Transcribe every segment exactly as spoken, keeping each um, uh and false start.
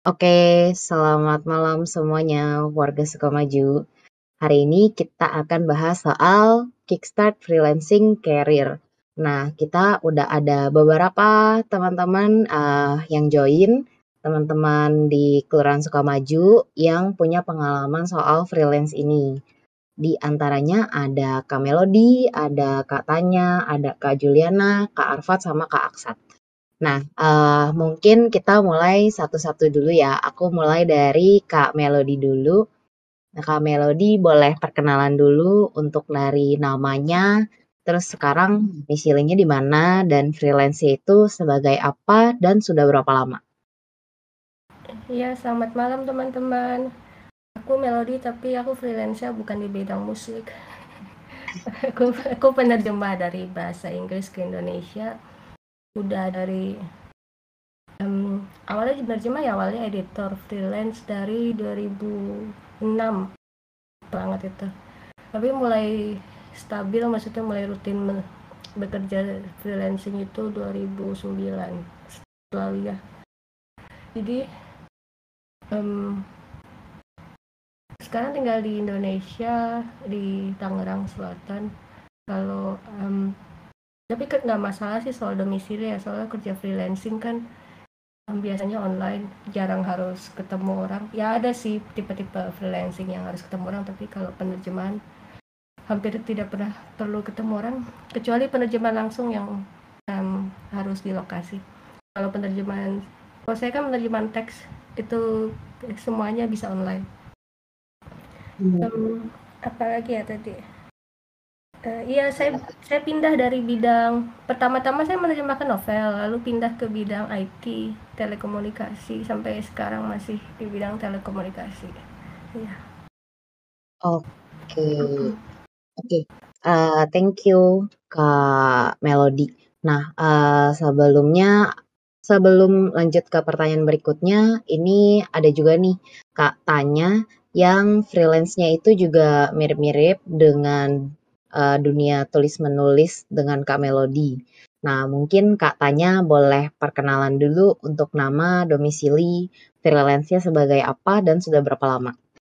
Oke, selamat malam semuanya warga Sukamaju. Hari ini kita akan bahas soal Kickstart Freelancing Career. Nah, kita udah ada beberapa teman-teman uh, yang join, teman-teman di Kelurahan Sukamaju yang punya pengalaman soal freelance ini. Di antaranya ada Kak Melody, ada Kak Tanya, ada Kak Juliana, Kak Arfat, sama Kak Aksat. Nah, eee, mungkin kita mulai satu-satu dulu ya. Aku mulai dari Kak Melody dulu. Nah, Kak Melody boleh perkenalan dulu untuk dari namanya, terus sekarang domisilinya di mana, dan freelance itu sebagai apa, dan sudah berapa lama? Iya, selamat malam teman-teman. Aku Melody, tapi aku freelance-nya bukan di bidang musik. aku aku penerjemah dari bahasa Inggris ke Indonesia. Udah dari um, awalnya penerjemah ya awalnya editor freelance dari dua ribu enam banget itu. Tapi mulai stabil, maksudnya mulai rutin bekerja freelancing itu dua ribu sembilan lalu ya. Jadi um, sekarang tinggal di Indonesia, di Tangerang Selatan. Kalau um, tapi kan nggak masalah sih soal domisili ya, soalnya kerja freelancing kan um, biasanya online, jarang harus ketemu orang. Ya ada sih tipe-tipe freelancing yang harus ketemu orang, tapi kalau penerjemahan hampir tidak pernah perlu ketemu orang, kecuali penerjemahan langsung yang um, harus di lokasi. Kalau penerjemahan, kalau saya kan penerjemahan teks itu semuanya bisa online. Um, Apalagi ya tadi? Uh, iya, saya saya pindah dari bidang pertama-tama saya menerjemahkan novel, lalu pindah ke bidang I T, telekomunikasi, sampai sekarang masih di bidang telekomunikasi. Iya. Oke, oke. Eee, thank you, Kak Melody. Nah, eee, sebelumnya sebelum lanjut ke pertanyaan berikutnya, ini ada juga nih Kak Tanya yang freelance-nya itu juga mirip-mirip dengan uh, dunia tulis-menulis dengan Kak Melody. Nah, mungkin Kak Tanya boleh perkenalan dulu untuk nama, domisili, freelance-nya sebagai apa, dan sudah berapa lama?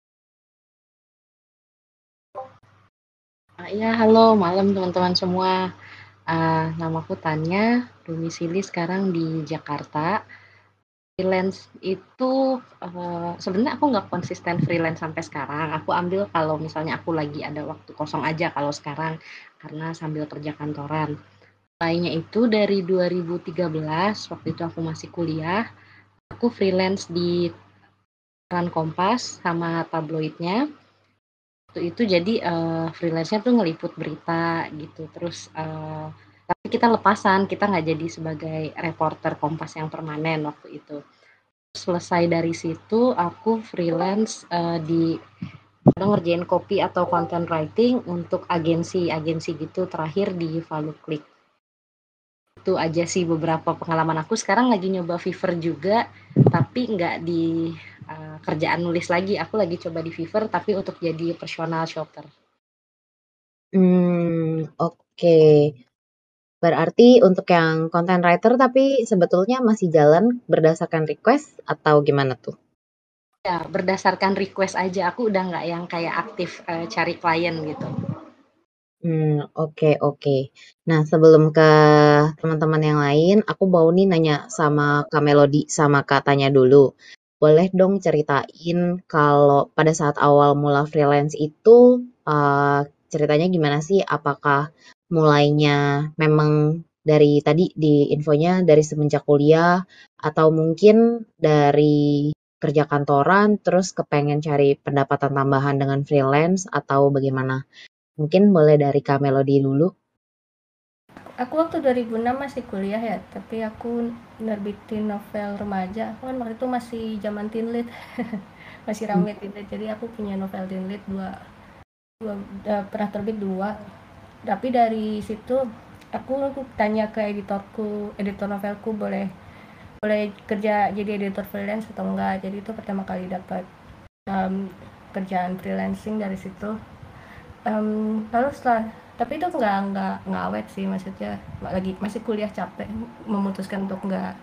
Uh, ya, halo malam teman-teman semua. Uh, namaku Tanya, domisili sekarang di Jakarta. Freelance itu uh, sebenarnya aku nggak konsisten freelance sampai sekarang. Aku ambil kalau misalnya aku lagi ada waktu kosong aja kalau sekarang karena sambil kerja kantoran. Lainnya itu dari dua ribu tiga belas, waktu itu aku masih kuliah. Aku freelance di Koran Kompas sama tabloidnya. Waktu itu jadi uh, freelance-nya tuh ngeliput berita gitu. Terus uh, tapi kita lepasan, kita nggak jadi sebagai reporter Kompas yang permanen waktu itu. Selesai dari situ aku freelance uh, di ngerjain copy atau content writing untuk agensi-agensi gitu, terakhir di ValueClick. Itu aja sih beberapa pengalaman aku. Sekarang lagi nyoba Fiverr juga, tapi nggak di uh, kerjaan nulis lagi. Aku lagi coba di Fiverr tapi untuk jadi personal shopper. Hmm, oke. Berarti untuk yang content writer tapi sebetulnya masih jalan berdasarkan request atau gimana tuh? Ya, berdasarkan request aja. Aku udah nggak yang kayak aktif uh, cari klien gitu. Hmm, oke, oke. Nah, sebelum ke teman-teman yang lain, aku mau nih nanya sama Kak Melody sama Kak Tanya dulu. Boleh dong ceritain kalau pada saat awal mula freelance itu uh, ceritanya gimana sih? Apakah mulainya memang dari tadi di infonya dari semenjak kuliah atau mungkin dari kerja kantoran terus kepengen cari pendapatan tambahan dengan freelance atau bagaimana? Mungkin boleh dari Kak Melody dulu. Aku waktu dua ribu enam masih kuliah ya, tapi aku nerbitin novel remaja. Aku kan waktu itu masih zaman teen lit. Masih Hmm. rame teen lit. Jadi aku punya novel teen lit dua, dua uh, pernah terbit dua. Tapi dari situ aku, aku tanya ke editorku, editor novelku boleh boleh kerja jadi editor freelance atau enggak. Jadi itu pertama kali dapat um, kerjaan freelancing dari situ. Um, lalu setelah tapi itu nggak nggak nggak awet sih, maksudnya lagi masih kuliah capek, memutuskan untuk nggak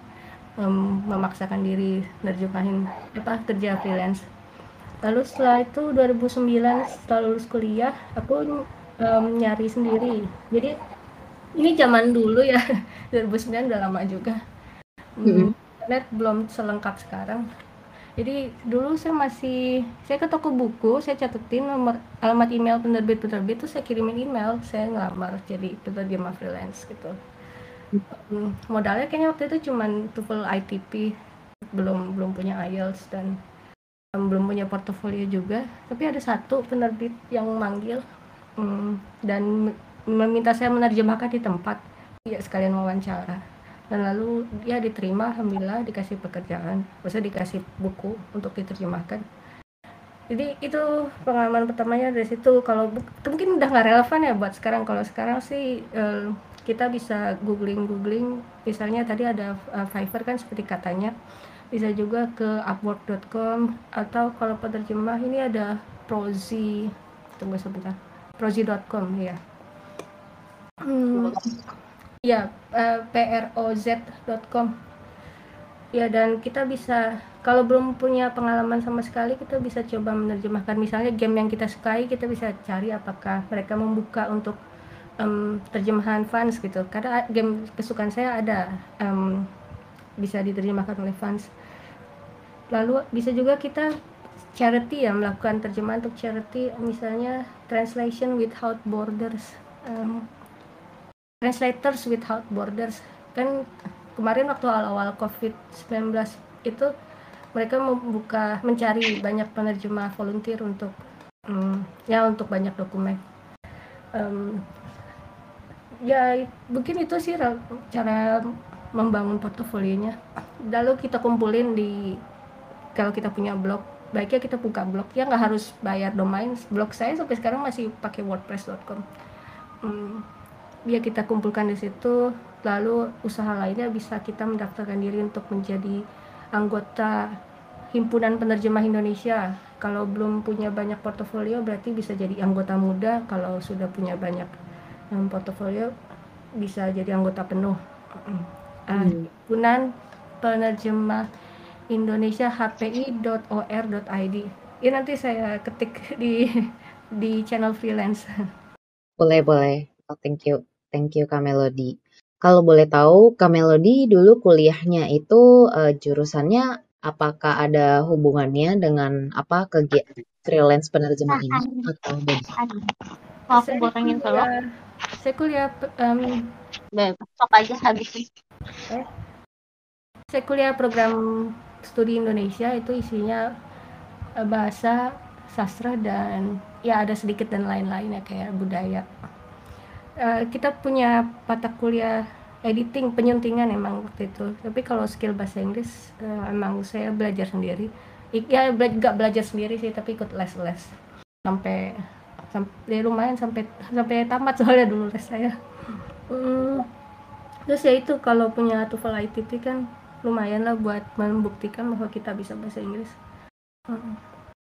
um, memaksakan diri nerjemahin apa kerja freelance. Lalu setelah itu dua ribu sembilan setelah lulus kuliah aku um, nyari sendiri. Jadi ini zaman dulu ya, dua ribu sembilan udah lama juga. Hmm, internet belum selengkap sekarang. Jadi dulu saya masih, saya ke toko buku, saya catetin nomor alamat email penerbit-penerbit, tuh saya kirimin email, saya ngelamar jadi penerjemah freelance gitu. Hmm, modalnya kayaknya waktu itu cuman TOEFL I T P, belum belum punya I E L T S dan um, belum punya portofolio juga. Tapi ada satu penerbit yang manggil um, dan meminta saya menerjemahkan di tempat, ya sekalian wawancara. Dan lalu dia diterima, alhamdulillah, dikasih pekerjaan, maksudnya dikasih buku untuk diterjemahkan. Jadi itu pengalaman pertamanya dari situ. Kalau mungkin udah nggak relevan ya buat sekarang. Kalau sekarang sih eh, kita bisa googling-googling, misalnya tadi ada uh, Fiverr kan seperti katanya, bisa juga ke upwork dot com, atau kalau penerjemah ini ada Prozzy, tunggu sebentar, prozzy dot com ya. Hmm, ya, uh, p r o z dot com. Ya, dan kita bisa, kalau belum punya pengalaman sama sekali, kita bisa coba menerjemahkan misalnya game yang kita sukai, kita bisa cari apakah mereka membuka untuk um, terjemahan fans gitu. Karena game kesukaan saya ada um, bisa diterjemahkan oleh fans. Lalu bisa juga kita charity ya, melakukan terjemahan untuk charity, misalnya Translation Without Borders, um, Translators Without Borders. Kan kemarin waktu awal-awal covid sembilan belas itu mereka membuka, mencari banyak penerjemah volunteer untuk um, ya untuk banyak dokumen. Um, ya mungkin itu sih cara membangun portofolionya. Lalu kita kumpulin di, kalau kita punya blog, baiknya kita buka blog ya, nggak harus bayar domain. Blog saya sampai sekarang masih pakai wordpress dot com. Hmm, ya kita kumpulkan di situ. Lalu usaha lainnya bisa kita mendaftarkan diri untuk menjadi anggota Himpunan Penerjemah Indonesia. Kalau belum punya banyak portofolio berarti bisa jadi anggota muda. Kalau sudah punya banyak um, portofolio bisa jadi anggota penuh. Uh, Himpunan Penerjemah Indonesia h p i dot o r dot i d. Ini nanti saya ketik di di channel freelance. Boleh, boleh. Oh, thank you. Thank you, Kak Melody. Kalau boleh tahu, Kak Melody dulu kuliahnya itu uh, jurusannya apakah ada hubungannya dengan apa kegiatan freelance penerjemah ini atau beda? Kalau aku boleh kalau saya kuliah um, besok aja habisin. Eh, saya kuliah program studi Indonesia, itu isinya uh, bahasa, sastra, dan ya ada sedikit dan lain-lainnya kayak budaya. Uh, kita punya mata kuliah editing, penyuntingan emang waktu itu. Tapi kalau skill bahasa Inggris uh, emang saya belajar sendiri. Ya nggak belajar sendiri sih, tapi ikut les-les sampai sampai lumayan sampai sampai tamat soalnya dulu les saya. Hmm, terus ya itu kalau punya TOEFL I T P kan lumayan lah buat membuktikan bahwa kita bisa bahasa Inggris. Hmm.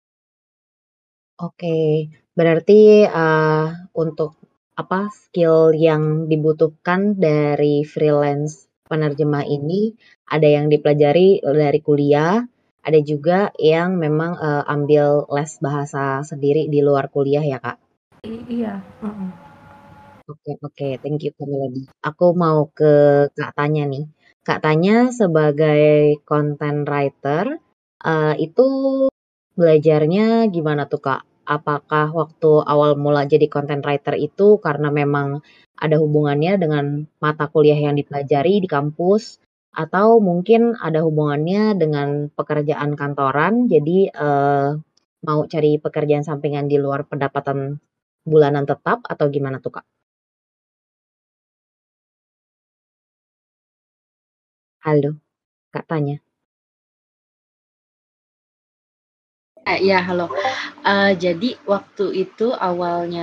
Oke, okay. Berarti uh, untuk apa skill yang dibutuhkan dari freelance penerjemah ini ada yang dipelajari dari kuliah, ada juga yang memang uh, ambil les bahasa sendiri di luar kuliah ya Kak? I- iya. Oke uh-uh. Oke, okay, oke, okay. Thank you Kak Melody. Aku mau ke Kak Tanya nih. Kak Tanya sebagai content writer uh, itu belajarnya gimana tuh Kak? Apakah waktu awal mula jadi content writer itu karena memang ada hubungannya dengan mata kuliah yang dipelajari di kampus, atau mungkin ada hubungannya dengan pekerjaan kantoran, jadi eh, mau cari pekerjaan sampingan di luar pendapatan bulanan tetap, atau gimana tuh Kak? Halo, Kak Tanya. Eh, ya, halo. Uh, jadi waktu itu awalnya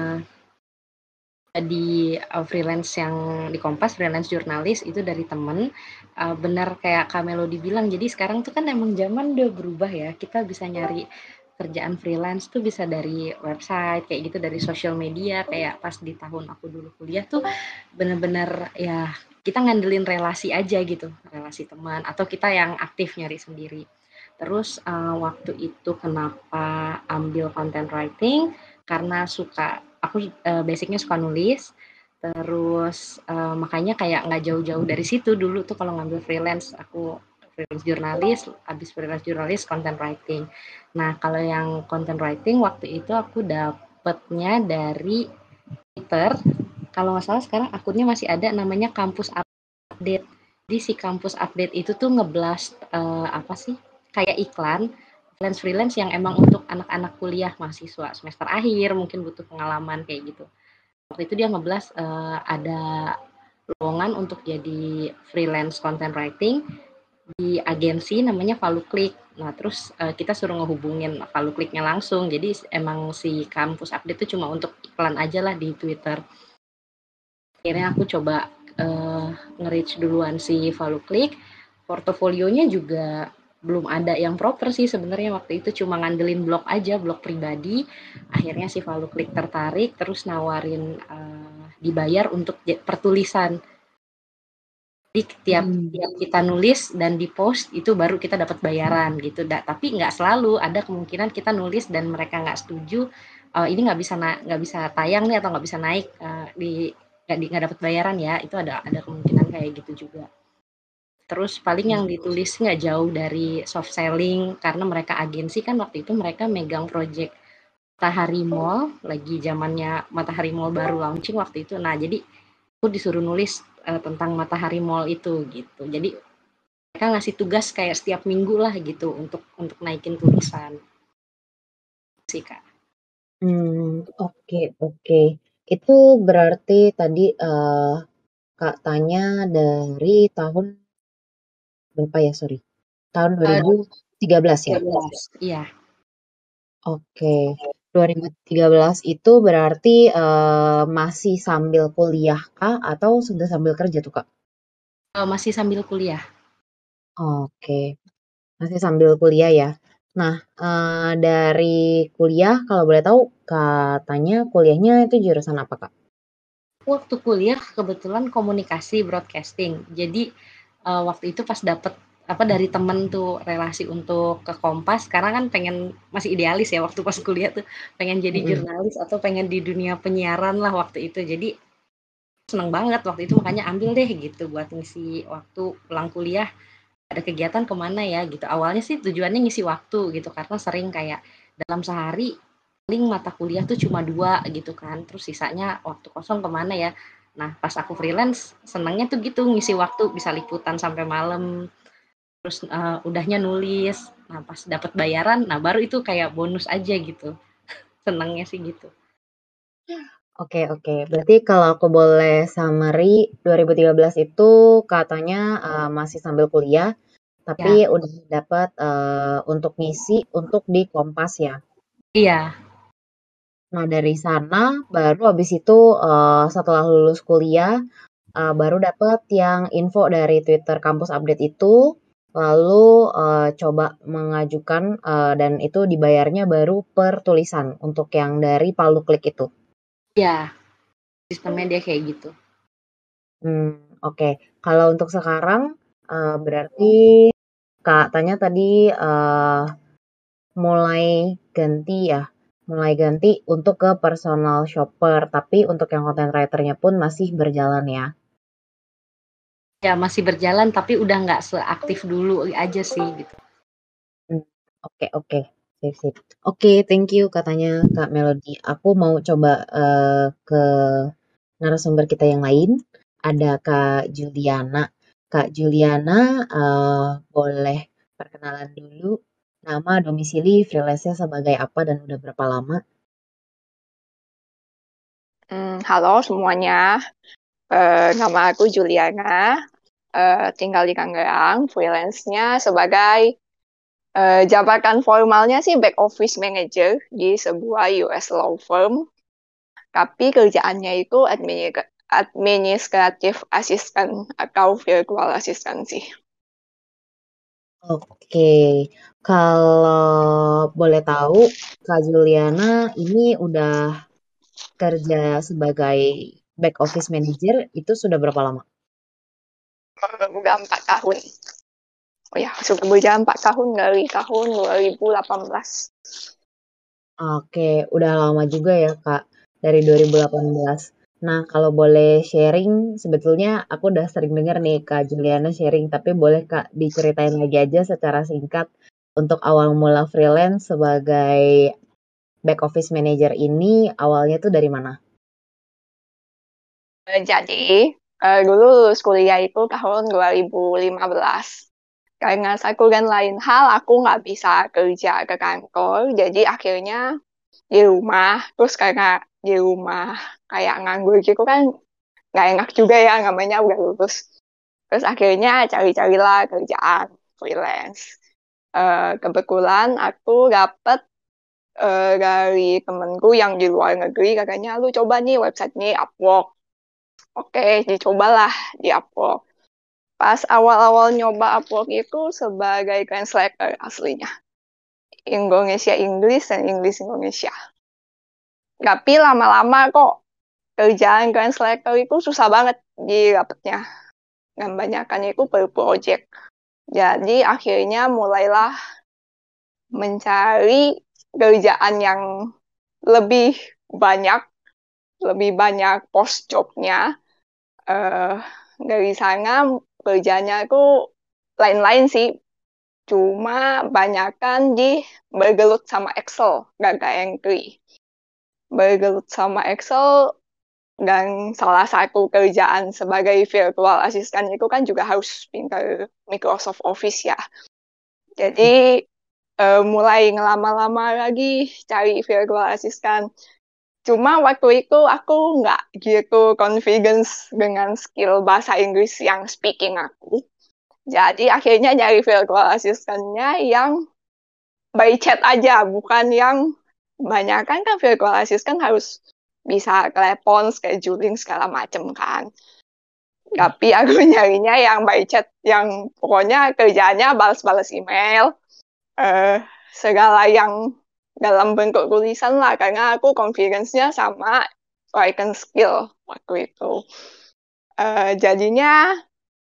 di uh, freelance yang di Kompas, freelance jurnalis itu dari temen. Uh, benar kayak Kak Melody bilang, jadi sekarang tuh kan emang zaman udah berubah ya. Kita bisa nyari kerjaan freelance tuh bisa dari website kayak gitu, dari sosial media. Kayak pas di tahun aku dulu kuliah tuh bener-bener ya kita ngandelin relasi aja gitu, relasi teman atau kita yang aktif nyari sendiri. Terus uh, waktu itu kenapa ambil content writing? Karena suka, aku uh, basicnya suka nulis. Terus uh, makanya kayak nggak jauh-jauh dari situ dulu tuh kalau ngambil freelance, aku freelance jurnalis, habis freelance jurnalis content writing. Nah kalau yang content writing waktu itu aku dapetnya dari Twitter. Kalau nggak salah sekarang akunnya masih ada, namanya Kampus Update. Jadi si Kampus Update itu tuh ngeblast uh, apa sih? Kayak iklan freelance-freelance yang emang untuk anak-anak kuliah mahasiswa semester akhir mungkin butuh pengalaman kayak gitu. Waktu itu dia ngeblast uh, ada lowongan untuk jadi freelance content writing di agensi namanya ValueClick. Nah, terus uh, kita suruh ngehubungin ValueClicknya langsung. Jadi emang si Kampus Update itu cuma untuk iklan aja lah di Twitter. Akhirnya aku coba uh, nge-reach duluan si ValueClick. Portofolionya juga belum ada yang proper sih sebenarnya, waktu itu cuma ngandelin blog aja, blog pribadi. Akhirnya si ValueClick tertarik, terus nawarin uh, dibayar untuk pertulisan. Jadi tiap, Hmm. tiap kita nulis dan di post itu baru kita dapat bayaran gitu. Da, tapi nggak selalu, ada kemungkinan kita nulis dan mereka nggak setuju, uh, ini nggak bisa na- nggak bisa tayang nih atau nggak bisa naik uh, di nggak di, nggak dapat bayaran ya. Itu ada ada kemungkinan kayak gitu juga. Terus paling yang ditulis nggak jauh dari soft selling, karena mereka agensi kan waktu itu mereka megang project Matahari Mall, lagi zamannya Matahari Mall baru launching waktu itu. Nah jadi aku disuruh nulis uh, tentang Matahari Mall itu gitu. Jadi mereka ngasih tugas kayak setiap minggu lah gitu untuk untuk naikin tulisan sih Kak. Hmm, oke oke. Itu berarti tadi uh, Kak tanya dari tahun berapa ya? Sorry, tahun dua ribu tiga belas ya? tiga belas, iya. Oke, dua ribu tiga belas itu berarti uh, masih sambil kuliah kah atau sudah sambil kerja tuh Kak? Uh, masih sambil kuliah. Oke, masih sambil kuliah ya. Nah, uh, dari kuliah kalau boleh tahu katanya kuliahnya itu jurusan apa Kak? Waktu kuliah kebetulan komunikasi broadcasting. Jadi uh, waktu itu pas dapet apa dari temen tuh relasi untuk ke Kompas, karena kan pengen, masih idealis ya waktu pas kuliah tuh, pengen jadi Mm-mm. jurnalis atau pengen di dunia penyiaran lah waktu itu. Jadi seneng banget waktu itu, makanya ambil deh gitu buat ngisi waktu pulang kuliah, ada kegiatan kemana ya gitu. Awalnya sih tujuannya ngisi waktu gitu, karena sering kayak dalam sehari paling mata kuliah tuh cuma dua gitu kan, terus sisanya waktu kosong kemana ya. Nah pas aku freelance senengnya tuh gitu, ngisi waktu bisa liputan sampai malam, terus uh, udahnya nulis. Nah pas dapat bayaran, nah baru itu kayak bonus aja gitu. Senengnya sih gitu. Oke oke, berarti kalau aku boleh summary, dua ribu tiga belas itu katanya uh, masih sambil kuliah, tapi Ya, udah dapat uh, untuk ngisi untuk di Kompas ya. iya. Nah dari sana baru habis itu uh, setelah lulus kuliah uh, baru dapat yang info dari Twitter Kampus Update itu, lalu uh, coba mengajukan uh, dan itu dibayarnya baru per tulisan untuk yang dari ValueClick itu. Iya, sistemnya dia kayak gitu. Hmm, oke. Kalau untuk sekarang uh, berarti Kak tanya tadi uh, mulai ganti ya, mulai ganti untuk ke personal shopper, tapi untuk yang content writer-nya pun masih berjalan ya. Ya masih berjalan tapi udah nggak seaktif dulu aja sih gitu. Hmm, oke oke, sip sip. Oke, thank you katanya Kak Melody. Aku mau coba uh, ke narasumber kita yang lain. Ada Kak Juliana. Kak Juliana, uh, boleh perkenalan dulu nama, domisili, freelance-nya sebagai apa dan udah berapa lama? Hmm, halo semuanya, Eh, nama aku Juliana, Eh, tinggal di Tangerang, freelance-nya sebagai eh, jabatan formalnya sih back office manager di sebuah U S law firm, tapi kerjaannya itu admini- administrative assistant atau virtual assistant sih. Oke, kalau boleh tahu, Kak Juliana ini udah kerja sebagai back office manager itu sudah berapa lama? uh, udah empat tahun. Oh ya, sudah berjalan empat tahun dari tahun dua ribu delapan belas. Oke, udah lama juga ya Kak, dari dua ribu delapan belas. Nah, kalau boleh sharing, sebetulnya aku udah sering dengar nih Kak Juliana sharing, tapi boleh Kak diceritain lagi aja secara singkat untuk awal mula freelance sebagai back office manager ini awalnya tuh dari mana? Uh, jadi, uh, dulu lulus kuliah itu tahun dua ribu lima belas. Karena satu dan lain hal, aku nggak bisa kerja ke kantor, jadi akhirnya di rumah. Terus karena di rumah kayak nganggur gitu kan, nggak enak juga ya, namanya udah lulus. Terus akhirnya cari-carilah kerjaan freelance. Uh, kebetulan aku dapet uh, dari temenku yang di luar negeri, katanya lu coba nih website nih Upwork. Oke, dicobalah di Upwork. Pas awal-awal nyoba Upwork itu sebagai translator aslinya. Indonesia Inggris dan Inggris Indonesia. Tapi lama-lama kok kerjaan translator itu susah banget didapatnya. Dan banyakannya itu per project. Jadi akhirnya mulailah mencari kerjaan yang lebih banyak, lebih banyak post jobnya. Uh, dari sana kerjanya itu lain-lain sih. Cuma banyakan di bergelut sama Excel, data entry. Bergelut sama Excel, dan salah satu kerjaan sebagai virtual assistant itu kan juga harus pintar Microsoft Office ya. Jadi uh, mulai ngelama-lama lagi cari virtual assistant. Cuma waktu itu aku nggak gitu confidence dengan skill bahasa Inggris yang speaking aku. Jadi akhirnya nyari virtual assistant-nya yang by chat aja, bukan yang banyak kan kan virtual assistant harus bisa telepon, scheduling segala macem kan. Tapi aku nyarinya yang by chat, yang pokoknya kerjanya balas-balas email, uh, segala yang dalam bentuk tulisan lah, karena aku confidence-nya sama written skill waktu itu. Uh, jadinya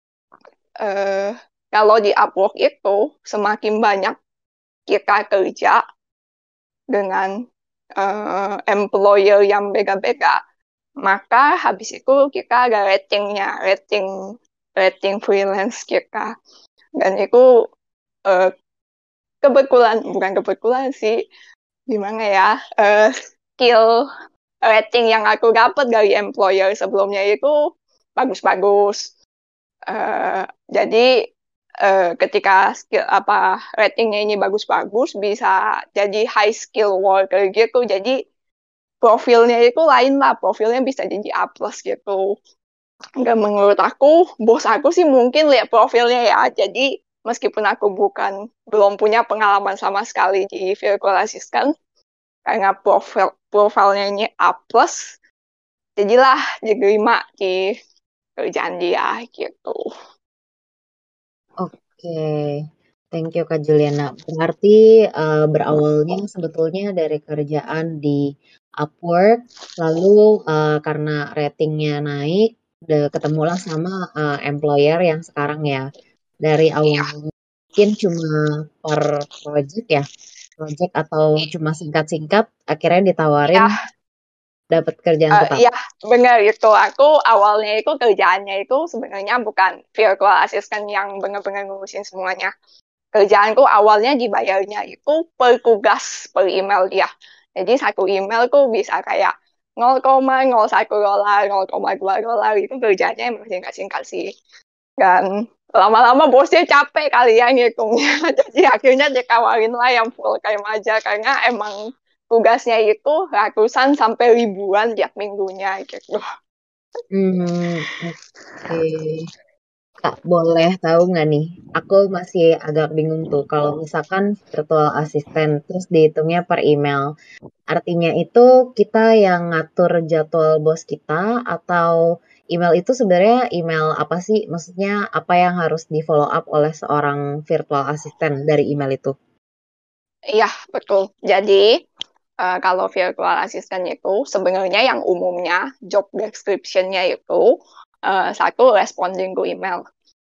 uh, kalau di Upwork itu semakin banyak kita kerja dengan uh, employer yang beda-beda, maka habis itu kita ada ratingnya, rating rating freelance kita. Dan itu uh, kebetulan, bukan kebetulan sih, gimana ya, uh, skill rating yang aku dapat dari employer sebelumnya itu bagus-bagus. Uh, jadi uh, ketika skill apa ratingnya ini bagus-bagus, bisa jadi high skill worker gitu. Jadi profilnya itu lain lah, profilnya bisa jadi A plus gitu. Dan menurut aku, bos aku sih mungkin lihat profilnya ya. Jadi meskipun aku bukan belum punya pengalaman sama sekali di virtual assistant, karena profil profilnya ini A plus, jadilah diterima di kerjaan dia gitu. Oke, thank you Kak Juliana. Berarti uh, berawalnya sebetulnya dari kerjaan di Upwork, lalu uh, karena ratingnya naik, udah ketemulah sama uh, employer yang sekarang ya. Dari awal mungkin cuma per project ya, project atau cuma singkat-singkat, akhirnya ditawarin Ya. dapat kerjaan Uh, tetap. Iya, benar itu. Aku awalnya itu kerjaannya itu sebenarnya bukan virtual assistant yang benar-benar ngurusin semuanya. Kerjaanku awalnya dibayarnya itu per tugas, per email dia. Jadi satu email tuh bisa kayak nol koma nol satu dolar, nol koma dua dolar, itu kerjanya emang singkat-singkat sih. Dan lama-lama bosnya capek kali ya ngitungnya. Jadi akhirnya ditawarin lah yang full time aja, karena emang tugasnya itu ratusan sampai ribuan tiap minggunya gitu. Hmm, oke. Kak, boleh tahu nggak nih? Aku masih agak bingung tuh. Kalau misalkan virtual assistant, terus dihitungnya per email. Artinya itu kita yang ngatur jadwal bos kita, atau email itu sebenarnya email apa sih? Maksudnya apa yang harus di follow up oleh seorang virtual assistant dari email itu? Iya, betul. Jadi, uh, kalau virtual assistant itu sebenarnya yang umumnya job description-nya itu uh, satu responding to email.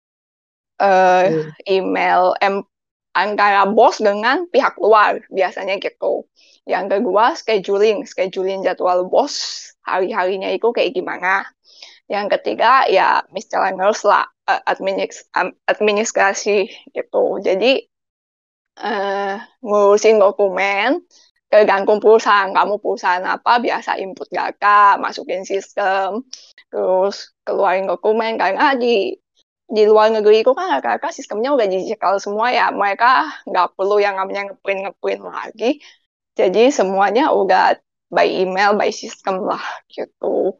uh, Oke. email em, antara bos dengan pihak luar, biasanya gitu. Yang kedua, scheduling, scheduling jadwal bos hari-harinya itu kayak gimana. Yang ketiga, ya miscellaneous lah, uh, administ- um, administrasi gitu. Jadi, uh, ngurusin dokumen, tergantung perusahaan. Kamu perusahaan apa, biasa input data, masukin sistem, terus keluarin dokumen. Karena di di luar negeri itu kan rata-rata sistemnya udah digital semua ya. Mereka nggak perlu yang namanya ngeprint ngeprint lagi. Jadi semuanya udah by email, by system lah gitu.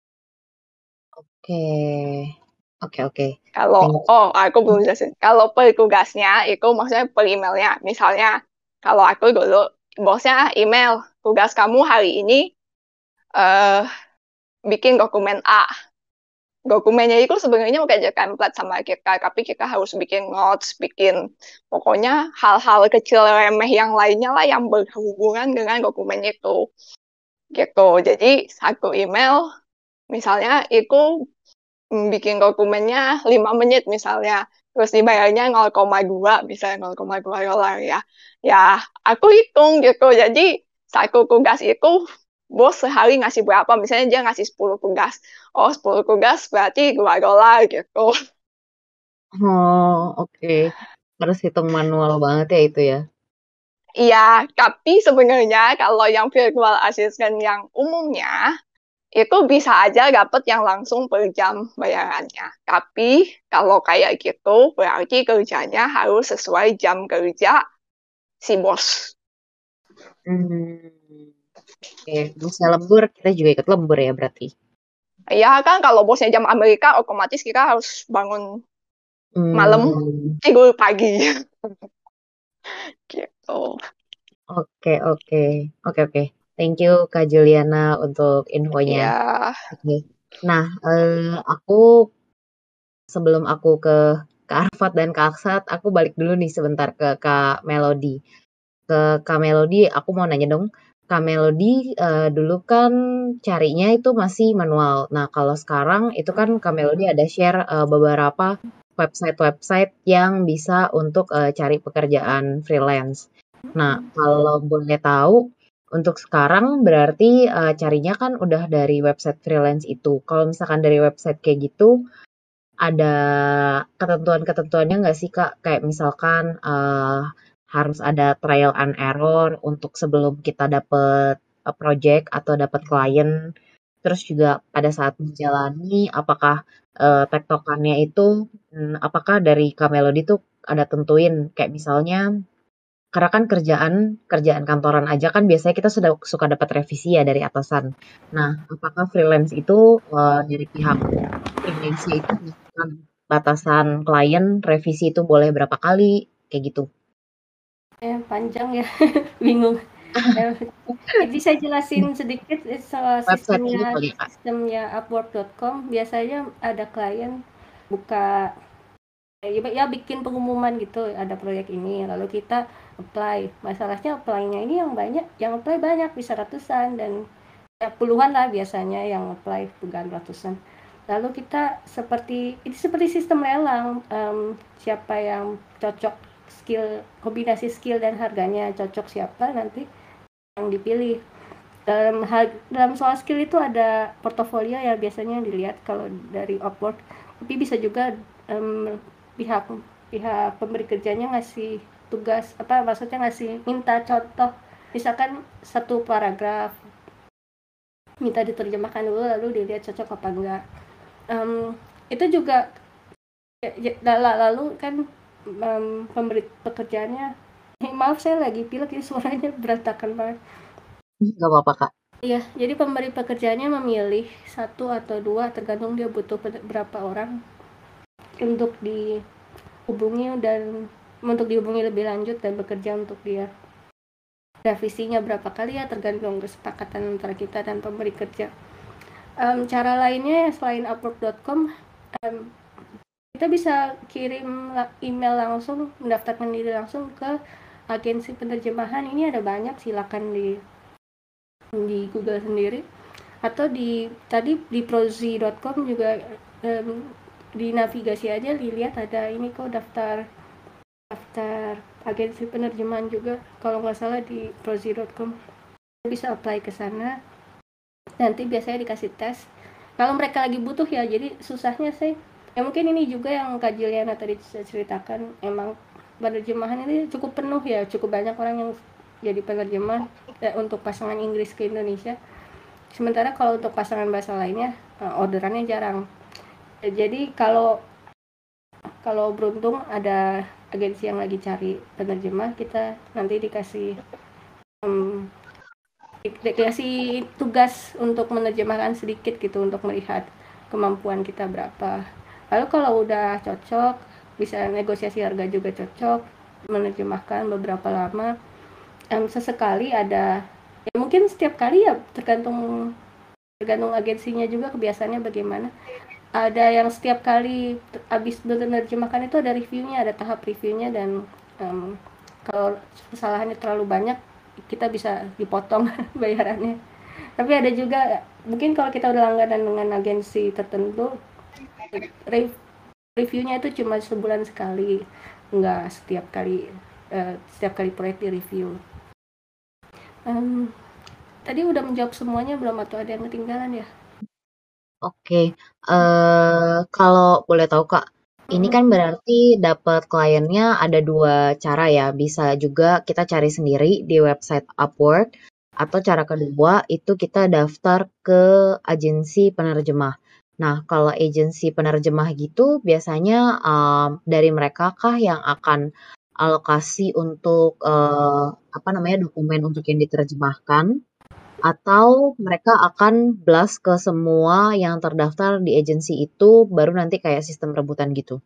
Oke. Oke, oke. Kalau, Thank you. oh aku belum jelasin. Kalau per tugasnya itu maksudnya per emailnya. Misalnya, kalau aku dulu, bosnya email, tugas kamu hari ini eh bikin dokumen A. Dokumennya itu sebenarnya udah jadi template sama kita, tapi kita harus bikin notes, bikin pokoknya hal-hal kecil remeh yang lainnya lah yang berhubungan dengan dokumen itu. Gitu. Jadi satu email, misalnya itu mm, bikin dokumennya lima menit misalnya, terus dibayarnya nol koma dua, misalnya nol koma dua dolar ya. Ya, aku hitung gitu. Jadi satu tugas itu bos sehari ngasih berapa, misalnya dia ngasih sepuluh tugas. Oh, sepuluh tugas berarti dua dolar gitu. Oh, oke. Harus hitung manual banget ya itu ya. Iya, tapi sebenarnya kalau yang virtual assistant yang umumnya, itu bisa aja dapat yang langsung per jam bayarannya. Tapi kalau kayak gitu, berarti kerjanya harus sesuai jam kerja si bos. Hmm. Oke, bosnya lembur, kita juga ikut lembur ya berarti. Ya kan kalau bosnya jam Amerika, otomatis kita harus bangun malam, Hmm. tidur pagi. Gitu. Oke, oke. Oke, oke. Thank you Kak Juliana untuk infonya. Ya, Oke. Nah, eh, aku sebelum aku ke Kak Arfat dan Kak Aksat, aku balik dulu nih sebentar ke Kak Melody. Ke Kak Melody, aku mau nanya dong. Kak Melody eh, dulu kan carinya itu masih manual. Nah, kalau sekarang itu kan Kak Melody ada share eh, beberapa website-website yang bisa untuk eh, cari pekerjaan freelance. Nah, kalau boleh tahu, untuk sekarang berarti eh, carinya kan udah dari website freelance itu. Kalau misalkan dari website kayak gitu, ada ketentuan-ketentuannya nggak sih Kak? Kayak misalkan eh, harus ada trial and error untuk sebelum kita dapet eh, project atau dapat klien. Terus juga pada saat menjalani, apakah eh, tektokannya itu, hmm, apakah dari Kak Melody tuh ada tentuin kayak misalnya, karena kan kerjaan kerjaan kantoran aja kan biasanya kita sudah suka dapat revisi ya dari atasan. Nah, apakah freelance itu eh, dari pihak freelance itu melakukan batasan klien revisi itu boleh berapa kali kayak gitu? Eh, panjang ya, bingung. Eh, Jadi saya jelasin sedikit eh, soal Website ini sistemnya boleh Kak? sistemnya upwork dot com. Biasanya ada klien buka eh, ya ya bikin pengumuman gitu, ada proyek ini, lalu kita apply. Masalahnya apply-nya ini yang banyak, yang apply banyak, bisa ratusan dan ya puluhan lah biasanya yang apply, bukan ratusan. Lalu kita seperti ini seperti sistem lelang, em, siapa yang cocok skill, kombinasi skill dan harganya cocok siapa nanti yang dipilih. Dalam hal dalam soal skill itu ada portofolio ya biasanya dilihat kalau dari Upwork, tapi bisa juga em, pihak pihak pemberi kerjanya ngasih tugas apa maksudnya ngasih minta contoh, misalkan satu paragraf minta diterjemahkan dulu lalu dilihat cocok apa enggak. Um, itu juga ya, ya, lalu kan um, pemberi pekerjaannya maaf saya lagi pilek jadi suaranya berantakan banget. Nggak apa-apa Kak. Iya, jadi pemberi pekerjaannya memilih satu atau dua tergantung dia butuh berapa orang untuk dihubungi dan untuk dihubungi lebih lanjut dan bekerja untuk dia. Revisinya berapa kali ya tergantung kesepakatan antara kita dan pemberi kerja. Um, cara lainnya selain upwork dot com, um, kita bisa kirim email langsung, mendaftarkan diri langsung ke agensi penerjemahan. Ini ada banyak, silakan di di Google sendiri atau di tadi di prozi dot com juga um, di navigasi aja dilihat ada ini kok daftar daftar agensi penerjemahan juga kalau nggak salah di prozi dot com, bisa apply ke sana, nanti biasanya dikasih tes kalau mereka lagi butuh ya. Jadi susahnya sih ya mungkin ini juga yang Kak Juliana tadi ceritakan, emang penerjemahan ini cukup penuh ya, cukup banyak orang yang jadi penerjemah eh, untuk pasangan Inggris ke Indonesia. Sementara kalau untuk pasangan bahasa lainnya orderannya jarang. Jadi kalau kalau beruntung ada agensi yang lagi cari penerjemah, kita nanti dikasih um, dikasih tugas untuk menerjemahkan sedikit gitu untuk melihat kemampuan kita berapa. Lalu kalau udah cocok, bisa negosiasi harga juga cocok, menerjemahkan beberapa lama. Um, sesekali ada ya mungkin setiap kali ya tergantung tergantung agensinya juga kebiasaannya bagaimana. Ada yang setiap kali habis menerjemahkan itu ada reviewnya, ada tahap reviewnya, dan um, kalau kesalahannya terlalu banyak kita bisa dipotong bayarannya. Tapi ada juga mungkin kalau kita udah langganan dengan agensi tertentu, reviewnya itu cuma sebulan sekali, nggak setiap kali uh, setiap kali proyek di review. Um, tadi udah menjawab semuanya belum atau ada yang ketinggalan ya? Oke, uh, kalau boleh tahu Kak, ini kan berarti dapat kliennya ada dua cara ya, bisa juga kita cari sendiri di website Upwork, atau cara kedua itu kita daftar ke agensi penerjemah. Nah, kalau agensi penerjemah gitu biasanya um, dari mereka kah yang akan alokasi untuk uh, apa namanya dokumen untuk yang diterjemahkan? Atau mereka akan blast ke semua yang terdaftar di agensi itu, baru nanti kayak sistem rebutan gitu?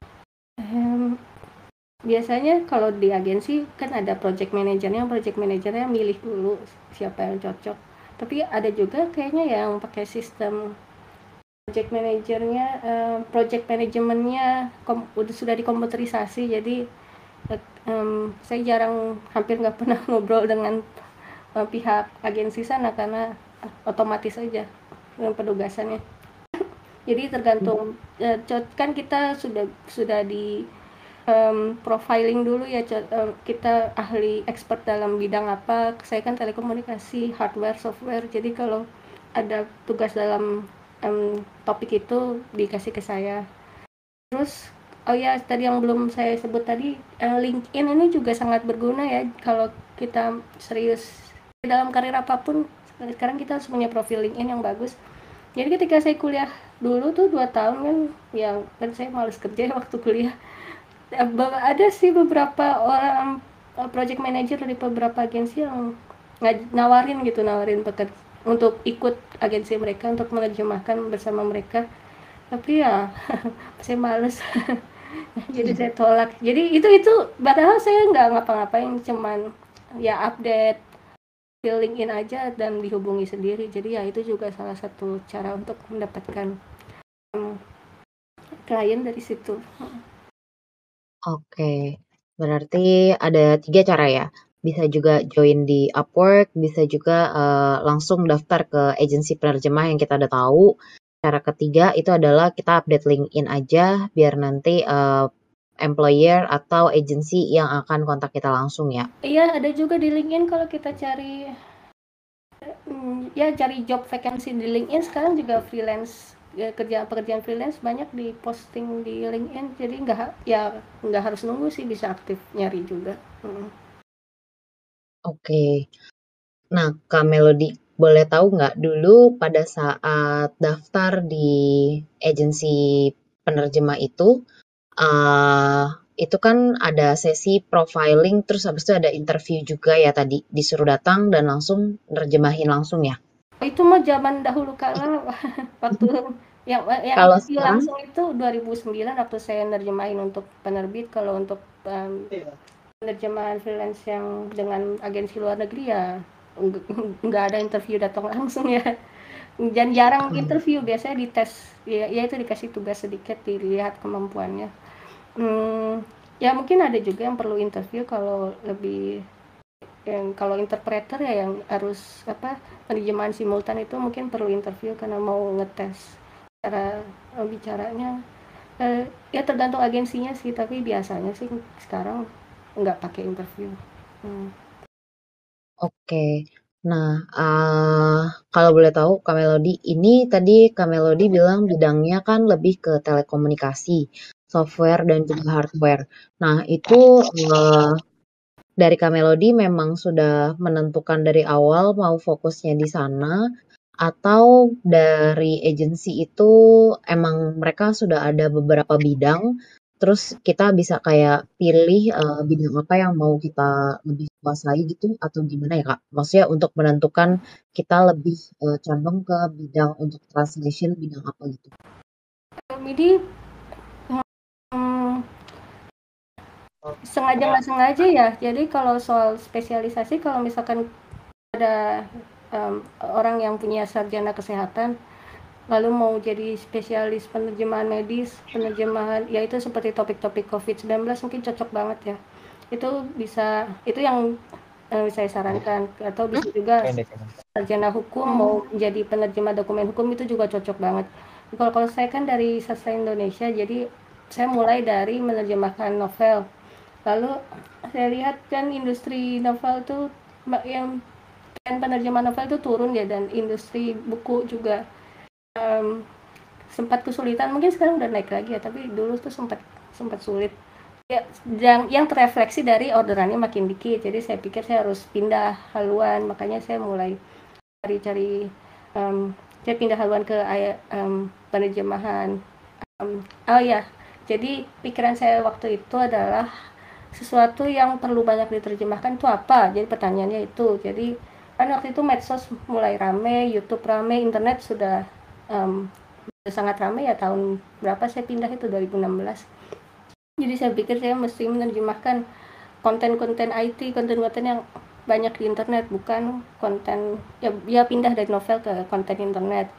Um, biasanya kalau di agensi kan ada project manajernya, project manajernya milih dulu siapa yang cocok. Tapi ada juga kayaknya yang pakai sistem project manajernya, uh, project manajemennya kom- udah sudah dikomputerisasi. Jadi um, saya jarang, hampir nggak pernah ngobrol dengan uh, pihak agensi sana karena otomatis aja dengan penugasannya. Jadi tergantung uh, kan kita sudah sudah di um, profiling dulu ya, um, kita ahli expert dalam bidang apa. Saya kan telekomunikasi, hardware, software. Jadi kalau ada tugas dalam um, topik itu dikasih ke saya. Terus oh ya, tadi yang belum saya sebut tadi, uh, LinkedIn ini juga sangat berguna ya kalau kita serius dalam karir apapun. Sekarang kita harus punya profil LinkedIn yang bagus. Jadi ketika saya kuliah dulu tuh dua tahun kan, yang kan saya malas kerja waktu kuliah. Ada sih beberapa orang project manager dari beberapa agensi yang nawarin gitu, nawarin pekerja untuk ikut agensi mereka untuk menerjemahkan bersama mereka. Tapi ya saya males. Jadi saya tolak. Jadi itu itu padahal saya nggak ngapa-ngapain, cuman ya update LinkedIn aja dan dihubungi sendiri. Jadi ya itu juga salah satu cara untuk mendapatkan um, klien dari situ. Oke, berarti ada tiga cara ya. Bisa juga join di Upwork, bisa juga uh, langsung daftar ke agensi penerjemah yang kita udah tahu. Cara ketiga itu adalah kita update LinkedIn aja biar nanti uh, employer atau agensi yang akan kontak kita langsung ya. Iya, ada juga di LinkedIn kalau kita cari ya cari job vacancy di LinkedIn. Sekarang juga freelance ya, kerjaan pekerjaan freelance banyak di posting di LinkedIn. Jadi nggak ya nggak harus nunggu sih, bisa aktif nyari juga. Hmm. Oke. Nah, Kak Melody, boleh tahu nggak dulu pada saat daftar di agensi penerjemah itu, uh, itu kan ada sesi profiling, terus habis itu ada interview juga ya tadi, disuruh datang dan langsung nerjemahin langsung ya? Itu mah zaman dahulu kala waktu yang yang Kalau interview sekarang? langsung itu dua ribu sembilan waktu saya nerjemahin untuk penerbit. Kalau untuk um, penerjemahan freelance yang dengan agensi luar negeri ya nggak ada interview datang langsung ya. Dan jarang interview, biasanya dites ya, ya itu dikasih tugas sedikit, dilihat kemampuannya. Hmm, ya mungkin ada juga yang perlu interview kalau lebih yang kalau interpreter ya yang harus apa penerjemahan simultan itu mungkin perlu interview karena mau ngetes cara bicaranya. Uh, ya tergantung agensinya sih, tapi biasanya sih sekarang nggak pakai interview. Hmm. Oke. Nah, uh, kalau boleh tahu Kak Melody, ini tadi Kak Melody bilang bidangnya kan lebih ke telekomunikasi, software dan juga hardware. Nah, itu uh, dari Kak Melody memang sudah menentukan dari awal mau fokusnya di sana, atau dari agensi itu emang mereka sudah ada beberapa bidang, terus kita bisa kayak pilih uh, bidang apa yang mau kita lebih kuasai gitu, atau gimana ya Kak? Maksudnya untuk menentukan kita lebih uh, condong ke bidang untuk translation, bidang apa gitu. Jadi hmm, sengaja nggak sengaja ya. Jadi kalau soal spesialisasi, kalau misalkan ada um, orang yang punya sarjana kesehatan lalu mau jadi spesialis penerjemahan medis, penerjemahan ya itu seperti topik-topik covid sembilan belas mungkin cocok banget ya. Itu bisa, itu yang eh, saya sarankan. Atau bisa juga sarjana hukum mau jadi penerjemah dokumen hukum, itu juga cocok banget. Kalau kalau saya kan dari sastra Indonesia, jadi saya mulai dari menerjemahkan novel. Lalu saya lihat kan industri novel tuh yang penerjemah novel itu turun ya, dan industri buku juga um, sempat kesulitan. Mungkin sekarang udah naik lagi ya, tapi dulu tuh sempat sempat sulit ya, yang yang terrefleksi dari orderannya makin dikit. Jadi saya pikir saya harus pindah haluan, makanya saya mulai cari-cari um, saya pindah haluan ke um, penerjemahan. um, oh ya, jadi pikiran saya waktu itu adalah sesuatu yang perlu banyak diterjemahkan itu apa. Jadi pertanyaannya itu, jadi kan waktu itu medsos mulai rame, YouTube rame, internet sudah um, sangat ramai ya. Tahun berapa saya pindah itu, dua ribu enam belas. Jadi saya pikir saya mesti menerjemahkan konten-konten I T, konten-konten yang banyak di internet, bukan konten ya, ya pindah dari novel ke konten internet.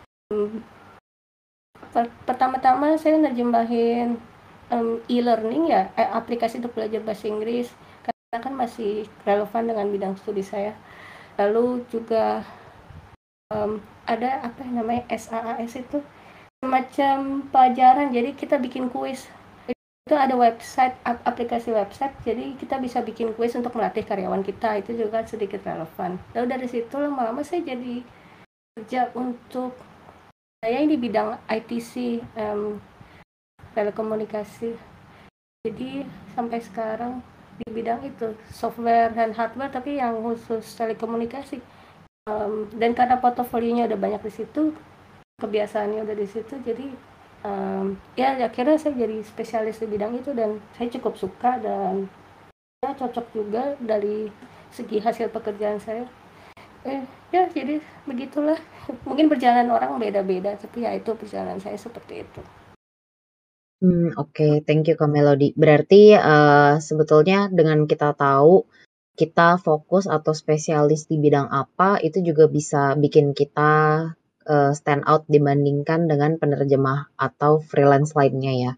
Pertama-tama saya nerjemahin um, e-learning ya, eh, aplikasi untuk belajar bahasa Inggris, karena kan masih relevan dengan bidang studi saya. Lalu juga um, ada apa yang namanya S A A S, itu semacam pelajaran, jadi kita bikin kuis. Itu ada website, aplikasi website, jadi kita bisa bikin kuis untuk melatih karyawan kita. Itu juga sedikit relevan. Lalu dari situ lama-lama saya jadi kerja untuk saya di bidang I T C, um, telekomunikasi. Jadi sampai sekarang di bidang itu, software dan hardware, tapi yang khusus telekomunikasi. Um, dan karena portofolionya udah banyak di situ, kebiasaannya udah di situ, jadi um, ya akhirnya saya jadi spesialis di bidang itu, dan saya cukup suka dan ya cocok juga dari segi hasil pekerjaan saya. Eh, ya jadi begitulah. Mungkin perjalanan orang beda-beda, tapi ya itu perjalanan saya seperti itu. Hmm, oke, thank you Kak Melody. Berarti uh, sebetulnya dengan kita tahu kita fokus atau spesialis di bidang apa, itu juga bisa bikin kita uh, stand out dibandingkan dengan penerjemah atau freelance lainnya ya.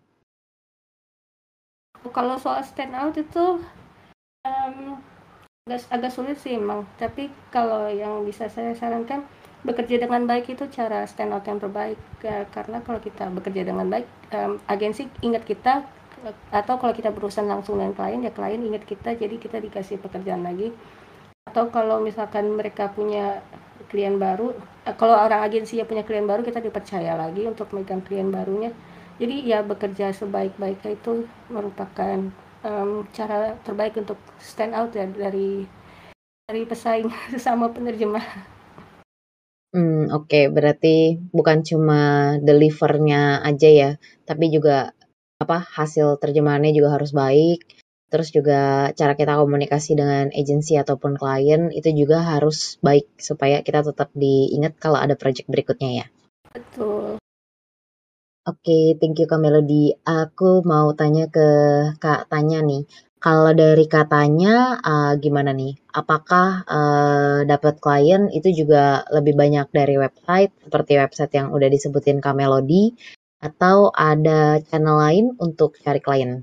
Kalau soal stand out itu um, agak, agak sulit sih emang. Tapi kalau yang bisa saya sarankan, bekerja dengan baik itu cara stand out yang terbaik. Karena kalau kita bekerja dengan baik, um, agensi ingat kita, atau kalau kita berurusan langsung dengan klien, ya klien ingat kita, jadi kita dikasih pekerjaan lagi. Atau kalau misalkan mereka punya klien baru, kalau orang agensi ya punya klien baru, kita dipercaya lagi untuk megang klien barunya. Jadi ya bekerja sebaik-baiknya itu merupakan um, cara terbaik untuk stand out ya dari dari pesaing sesama penerjemah. Hmm, oke, okay. Berarti bukan cuma delivernya aja ya, tapi juga apa hasil terjemahannya juga harus baik. Terus juga cara kita komunikasi dengan agensi ataupun klien itu juga harus baik supaya kita tetap diingat kalau ada project berikutnya ya. Betul. Oke, okay, thank you Kak Melody. Aku mau tanya ke Kak Tanya nih. Kalau dari katanya uh, gimana nih? Apakah uh, dapat klien itu juga lebih banyak dari website seperti website yang udah disebutin Kak Melody, atau ada channel lain untuk cari klien?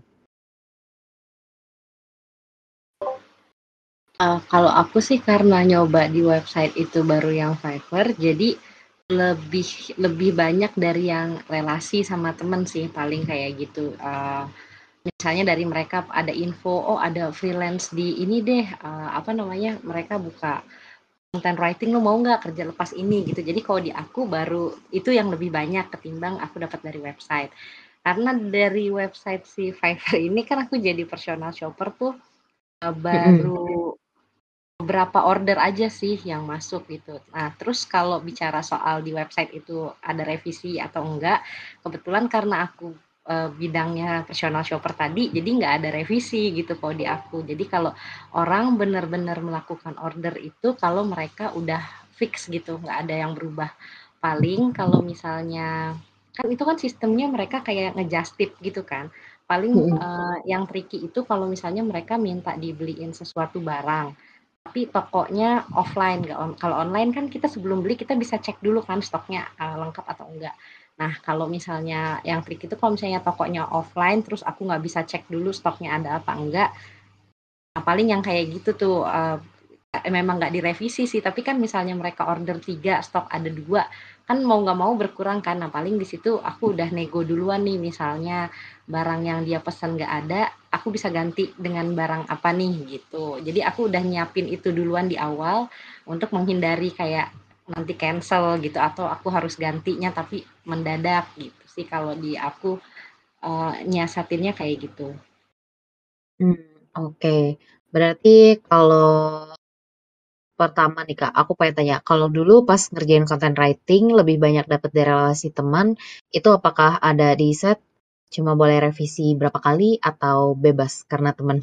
Uh, kalau aku sih karena nyoba di website itu baru yang Fiverr, jadi lebih lebih banyak dari yang relasi sama temen sih paling kayak gitu. Uh, misalnya dari mereka ada info, oh ada freelance di ini deh, uh, apa namanya, mereka buka content writing, lo mau nggak kerja lepas ini gitu. Jadi kalau di aku baru itu yang lebih banyak ketimbang aku dapat dari website. Karena dari website si Fiverr ini kan aku jadi personal shopper tuh uh, baru beberapa order aja sih yang masuk gitu. Nah, terus kalau bicara soal di website itu ada revisi atau enggak, kebetulan karena aku uh, bidangnya personal shopper tadi, jadi nggak ada revisi gitu kalau di aku. Jadi kalau orang benar-benar melakukan order itu kalau mereka udah fix gitu, nggak ada yang berubah. Paling kalau misalnya, kan itu kan sistemnya mereka kayak ngejust tip gitu kan. Paling uh, yang tricky itu kalau misalnya mereka minta dibeliin sesuatu barang, tapi tokonya offline, nggak on, kalau online kan kita sebelum beli kita bisa cek dulu kan stoknya uh, lengkap atau enggak. Nah kalau misalnya yang trik itu kalau misalnya tokonya offline terus aku nggak bisa cek dulu stoknya ada apa enggak, nah, paling yang kayak gitu tuh uh, memang nggak direvisi sih, tapi kan misalnya mereka order tiga stok ada dua kan mau nggak mau berkurang kan. Nah paling di situ aku udah nego duluan nih, misalnya barang yang dia pesan nggak ada, aku bisa ganti dengan barang apa nih gitu. Jadi aku udah nyiapin itu duluan di awal untuk menghindari kayak nanti cancel gitu atau aku harus gantinya tapi mendadak gitu sih kalau di aku uh, nyiasatinnya kayak gitu. Hmm, oke. Berarti kalau pertama nih Kak, aku pengen tanya, kalau dulu pas ngerjain content writing lebih banyak dapat dari relasi teman, itu apakah ada di set cuma boleh revisi berapa kali atau bebas karena teman?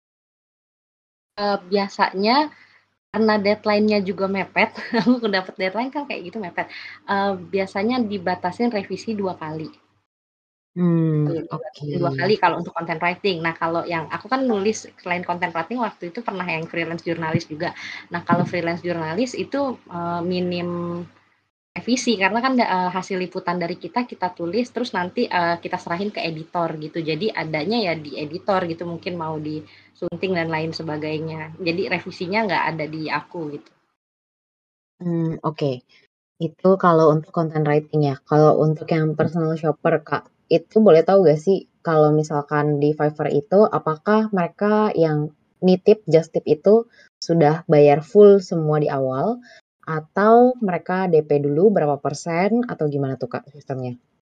Uh, biasanya karena deadline-nya juga mepet, aku dapat deadline kan kayak gitu mepet. Uh, biasanya dibatasin revisi dua kali. Hmm, Dua oke. kali kalau untuk content writing. Nah, kalau yang aku kan nulis selain content writing waktu itu pernah yang freelance jurnalis juga. Nah, kalau freelance jurnalis itu uh, minim revisi karena kan uh, hasil liputan dari kita kita tulis terus nanti uh, kita serahin ke editor gitu. Jadi adanya ya di editor gitu, mungkin mau disunting dan lain sebagainya. Jadi revisinya nggak ada di aku gitu. Hmm, oke. Itu kalau untuk content writing ya. Kalau untuk yang personal shopper Kak, itu boleh tahu gak sih kalau misalkan di Fiverr itu apakah mereka yang nitip just tip itu sudah bayar full semua di awal atau mereka D P dulu berapa persen atau gimana tuh Kak sistemnya?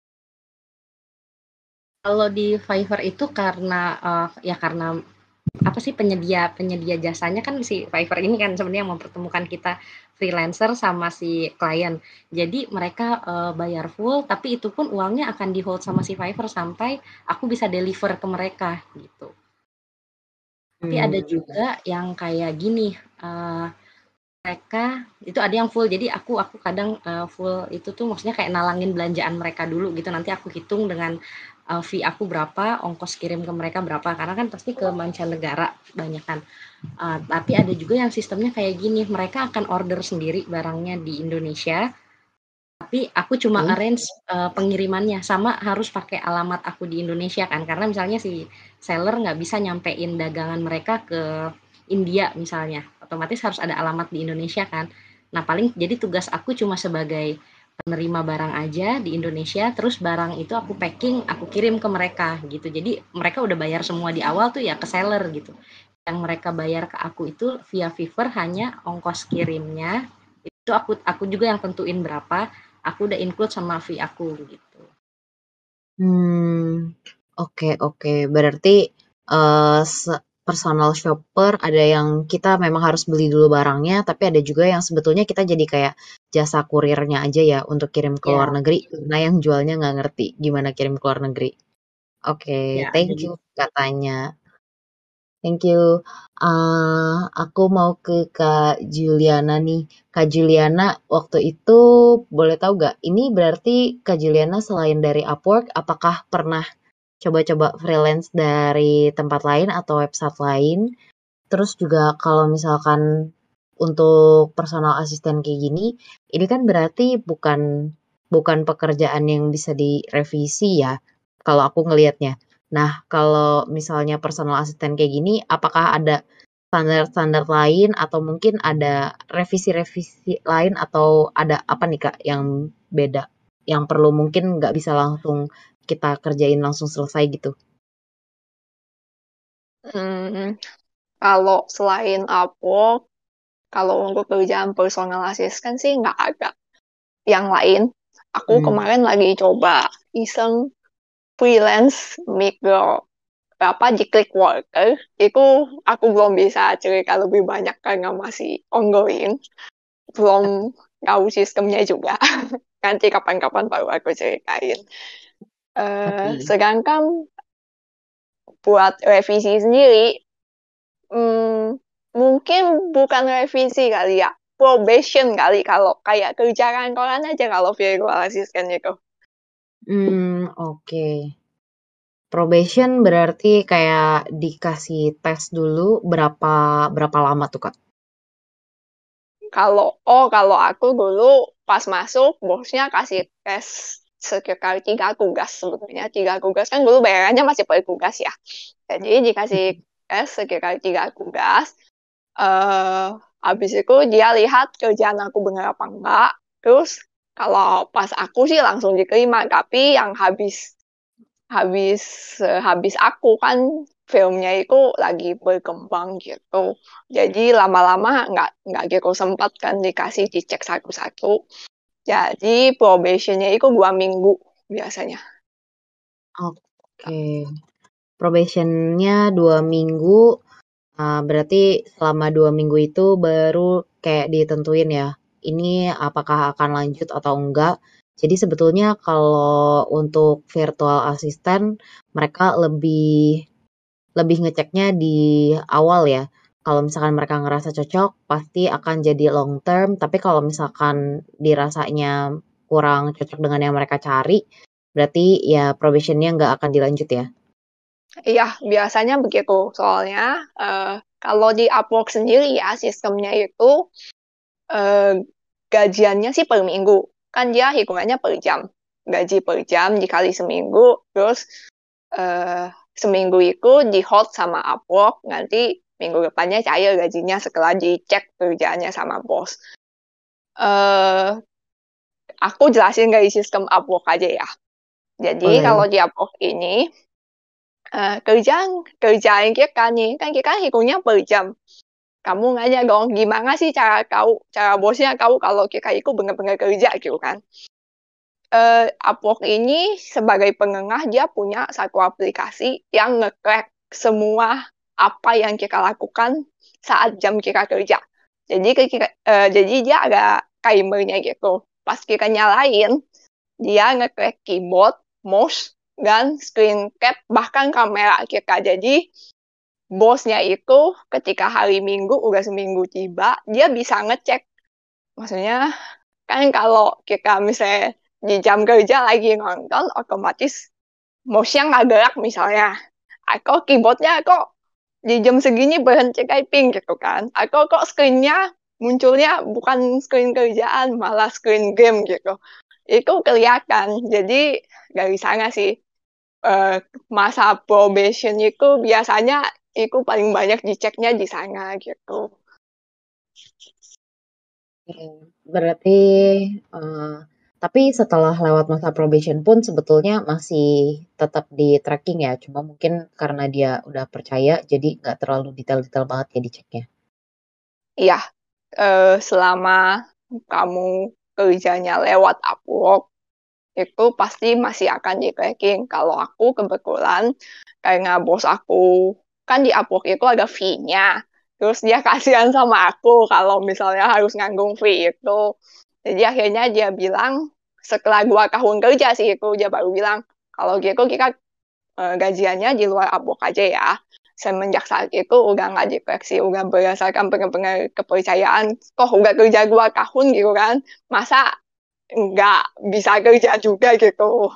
Kalau di Fiverr itu karena uh, ya karena apa sih penyedia penyedia jasanya kan si Fiverr ini kan sebenarnya yang mempertemukan kita freelancer sama si klien. Jadi mereka uh, bayar full, tapi itu pun uangnya akan di hold sama si Fiverr sampai aku bisa deliver ke mereka gitu. Tapi Hmm. ada juga yang kayak gini, uh, mereka itu ada yang full. Jadi aku aku kadang uh, full itu tuh maksudnya kayak nalangin belanjaan mereka dulu gitu. Nanti aku hitung dengan uh, fee aku berapa, ongkos kirim ke mereka berapa. Karena kan pasti ke mancanegara banyak kan. Uh, tapi ada juga yang sistemnya kayak gini, mereka akan order sendiri barangnya di Indonesia, tapi aku cuma Hmm. arrange uh, pengirimannya sama harus pakai alamat aku di Indonesia kan, karena misalnya si seller nggak bisa nyampein dagangan mereka ke India misalnya, otomatis harus ada alamat di Indonesia kan. Nah paling jadi tugas aku cuma sebagai penerima barang aja di Indonesia, terus barang itu aku packing, aku kirim ke mereka gitu. Jadi mereka udah bayar semua di awal tuh ya ke seller gitu. Yang mereka bayar ke aku itu via Fiverr hanya ongkos kirimnya, itu aku aku juga yang tentuin berapa, aku udah include sama fee aku gitu. Hmm, oke oke. Berarti uh, personal shopper ada yang kita memang harus beli dulu barangnya, tapi ada juga yang sebetulnya kita jadi kayak jasa kurirnya aja ya untuk kirim ke luar Ya, negeri, karena yang jualnya nggak ngerti gimana kirim ke luar negeri. Oke, ya ada thank you juga. katanya. Thank you. Uh, aku mau ke Kak Juliana nih. Kak Juliana, waktu itu boleh tahu gak? Ini berarti Kak Juliana selain dari Upwork, apakah pernah coba-coba freelance dari tempat lain atau website lain? Terus juga kalau misalkan untuk personal assistant kayak gini, ini kan berarti bukan bukan pekerjaan yang bisa direvisi ya, kalau aku ngelihatnya. Nah, kalau misalnya personal assistant kayak gini, apakah ada standar-standar lain atau mungkin ada revisi-revisi lain atau ada apa nih Kak yang beda? Yang perlu mungkin nggak bisa langsung kita kerjain langsung selesai gitu. Hmm, kalau selain Upwork, kalau untuk kerjaan personal assistant sih nggak ada. Yang lain, aku Hmm. kemarin lagi coba iseng freelance micro apa di Clickworker. Itu aku belum bisa cerita lebih banyak karena masih ongoing, belum tahu sistemnya juga. Nanti kapan-kapan baru aku ceritain. Eh, Oke. sedangkan buat revisi sendiri, hmm, mungkin bukan revisi kali ya, probation kali kalau kayak kerja kantoran aja kalau virtual assistant itu. Hmm, oke. Probation berarti kayak dikasih tes dulu berapa berapa lama tuh Kak? Kalau oh kalau aku dulu pas masuk bosnya kasih tes sekitar tiga tugas sebetulnya tiga tugas kan dulu bayarannya masih per tugas ya. Jadi dikasih tes sekitar tiga tugas. Eh, habis itu dia lihat kerjaan aku bener apa enggak. Terus kalau pas aku sih langsung diterima, tapi yang habis habis eh, habis aku kan filmnya itu lagi berkembang gitu. Jadi lama-lama nggak nggak gitu sempat kan dikasih dicek satu-satu. Jadi probationnya itu dua minggu biasanya. Oke. Probationnya dua minggu. Uh, berarti selama dua minggu itu baru kayak ditentuin ya, ini apakah akan lanjut atau enggak. Jadi sebetulnya kalau untuk virtual assistant, mereka lebih lebih ngeceknya di awal ya. Kalau misalkan mereka ngerasa cocok, pasti akan jadi long term. Tapi kalau misalkan dirasanya kurang cocok dengan yang mereka cari, berarti ya probationnya nggak akan dilanjut ya. Iya, biasanya begitu. Soalnya uh, kalau di Upwork sendiri ya sistemnya itu uh, gajiannya sih per minggu. Kan dia hitungannya per jam. Gaji per jam dikali seminggu, terus uh, seminggu itu di hold sama Upwork, nanti minggu depannya cair gajinya setelah dicek kerjaannya sama bos. Uh, aku jelasin dari sistem Upwork aja ya. Jadi Boleh. kalau di Upwork ini uh, kerjaan kerjaan kita nih kan kita hitungnya per jam. Kamu nanya dong gimana sih cara kau cara bosnya kau kalau kita itu benar-benar kerja gitu kan. Uh, Upwork ini sebagai pengengah dia punya satu aplikasi yang nge-track semua apa yang kita lakukan saat jam kita kerja. Jadi kita, uh, jadi dia ada timernya gitu. Pas kita nyalain, dia nge-track keyboard, mouse, dan screen cap, bahkan kamera kita. Jadi bosnya itu ketika hari Minggu udah seminggu tiba, dia bisa ngecek. Maksudnya kan kalau kita misalnya di jam kerja lagi nonton, otomatis mouse-nya nggak gerak misalnya. Atau keyboardnya kok di jam segini berhenti typing gitu kan. Atau kok screen-nya munculnya bukan screen kerjaan, malah screen game gitu. Itu kelihatan. Jadi dari sana sih uh, masa probation itu biasanya itu paling banyak diceknya di sana gitu. Berarti uh, tapi setelah lewat masa probation pun sebetulnya masih tetap di tracking ya, cuma mungkin karena dia udah percaya jadi nggak terlalu detail-detail banget ya diceknya. Iya, uh, selama kamu kerjanya lewat Upwork itu pasti masih akan di tracking. Kalau aku kebetulan karena bos aku kan di Upwork itu ada fee-nya. Terus dia kasihan sama aku kalau misalnya harus nganggung fee itu. Jadi akhirnya dia bilang setelah dua tahun kerja sih itu dia baru bilang kalau gitu kita uh, gajiannya di luar Upwork aja ya. Semenjak saat itu udah nggak dikoreksi, udah berdasarkan benar-benar kepercayaan. Kok udah kerja dua tahun gitu kan, masa nggak bisa kerja juga gitu.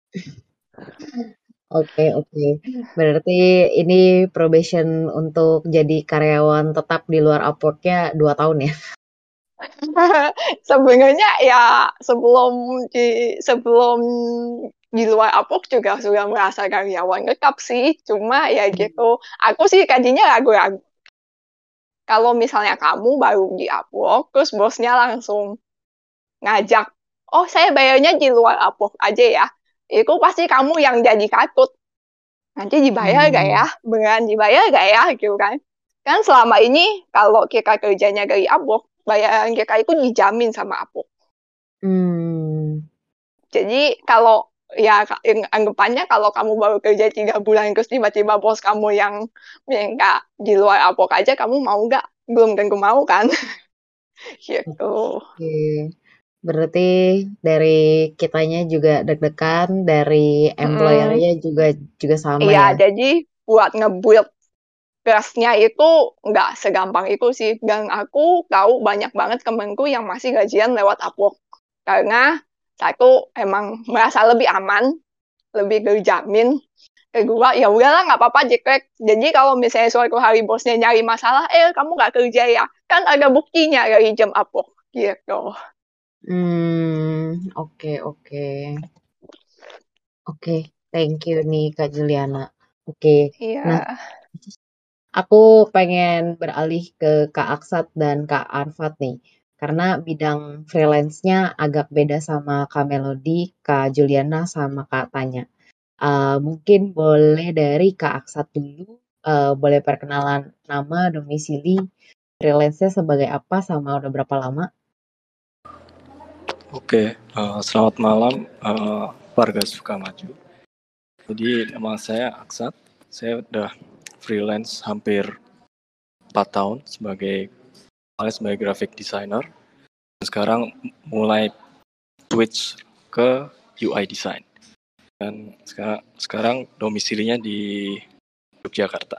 Oke, oke. Berarti ini probation untuk jadi karyawan tetap di luar Upwork-nya dua tahun ya? Sebenarnya ya sebelum di sebelum di luar Upwork juga sudah merasa karyawan tetap sih. Cuma ya gitu. Aku sih gajinya ragu-ragu. kalau misalnya kamu baru di Upwork, terus bosnya langsung ngajak, oh saya bayarnya di luar Upwork aja ya, itu pasti kamu yang jadi takut. Nanti dibayar gak ya? Hmm. Beneran dibayar gak ya? Gitu kan. Kan selama ini kalau kita kerjanya dari Upwork, bayaran kita itu dijamin sama Upwork. Hmm. Jadi kalau ya anggapannya kalau kamu baru kerja tiga bulan terus tiba-tiba bos kamu yang minta di luar Upwork aja, kamu mau nggak? Belum tentu mau kan? Gitu. Oke. Berarti dari kitanya juga deg-degan, dari Mm-mm. employer-nya juga juga sama Iya, ya. jadi buat nge-build trust-nya itu nggak segampang itu sih. Dan aku tahu banyak banget temenku yang masih gajian lewat Upwork. Karena satu emang merasa lebih aman, lebih terjamin. Kedua, ya udahlah nggak apa-apa jeklek. Jadi kalau misalnya suatu hari bosnya nyari masalah, eh kamu nggak kerja ya, kan ada buktinya dari jam Upwork. Gitu. Hmm, oke oke. Oke, thank you nih Kak Juliana. Oke. Nah, Iya. aku pengen beralih ke Kak Aksat dan Kak Arfat nih. Karena bidang freelance-nya agak beda sama Kak Melody, Kak Juliana, sama Kak Tanya. Uh, mungkin boleh dari Kak Aksat dulu, uh, boleh perkenalan nama, domisili, freelance-nya sebagai apa, sama udah berapa lama? Oke, uh, selamat malam uh, warga Sukamaju. Jadi nama saya Aksat, saya udah freelance hampir empat tahun sebagai sebagai graphic designer. Sekarang mulai switch ke U I design. Dan sekarang, sekarang domisilinya di Yogyakarta.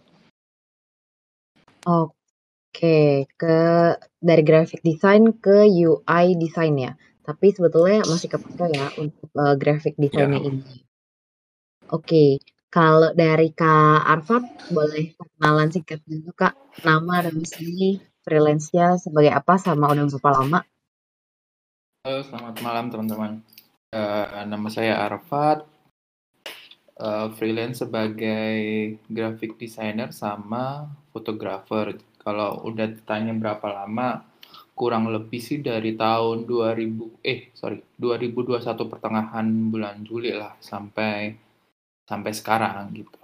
Oke, ke dari graphic design ke U I design ya. Tapi sebetulnya masih kepake ya untuk uh, graphic design-nya Ya. ini. Oke, kalau dari Kak Arfat, boleh perkenalan singkat dulu Kak, nama, domisili, freelance-nya sebagai apa, sama udah berapa lama? Halo, selamat malam teman-teman. Uh, nama saya Arfat, uh, freelance sebagai graphic designer sama fotografer. Kalau udah ditanya berapa lama, kurang lebih sih dari tahun dua ribu eh sorry dua ribu dua puluh satu pertengahan bulan Juli lah sampai sampai sekarang gitu.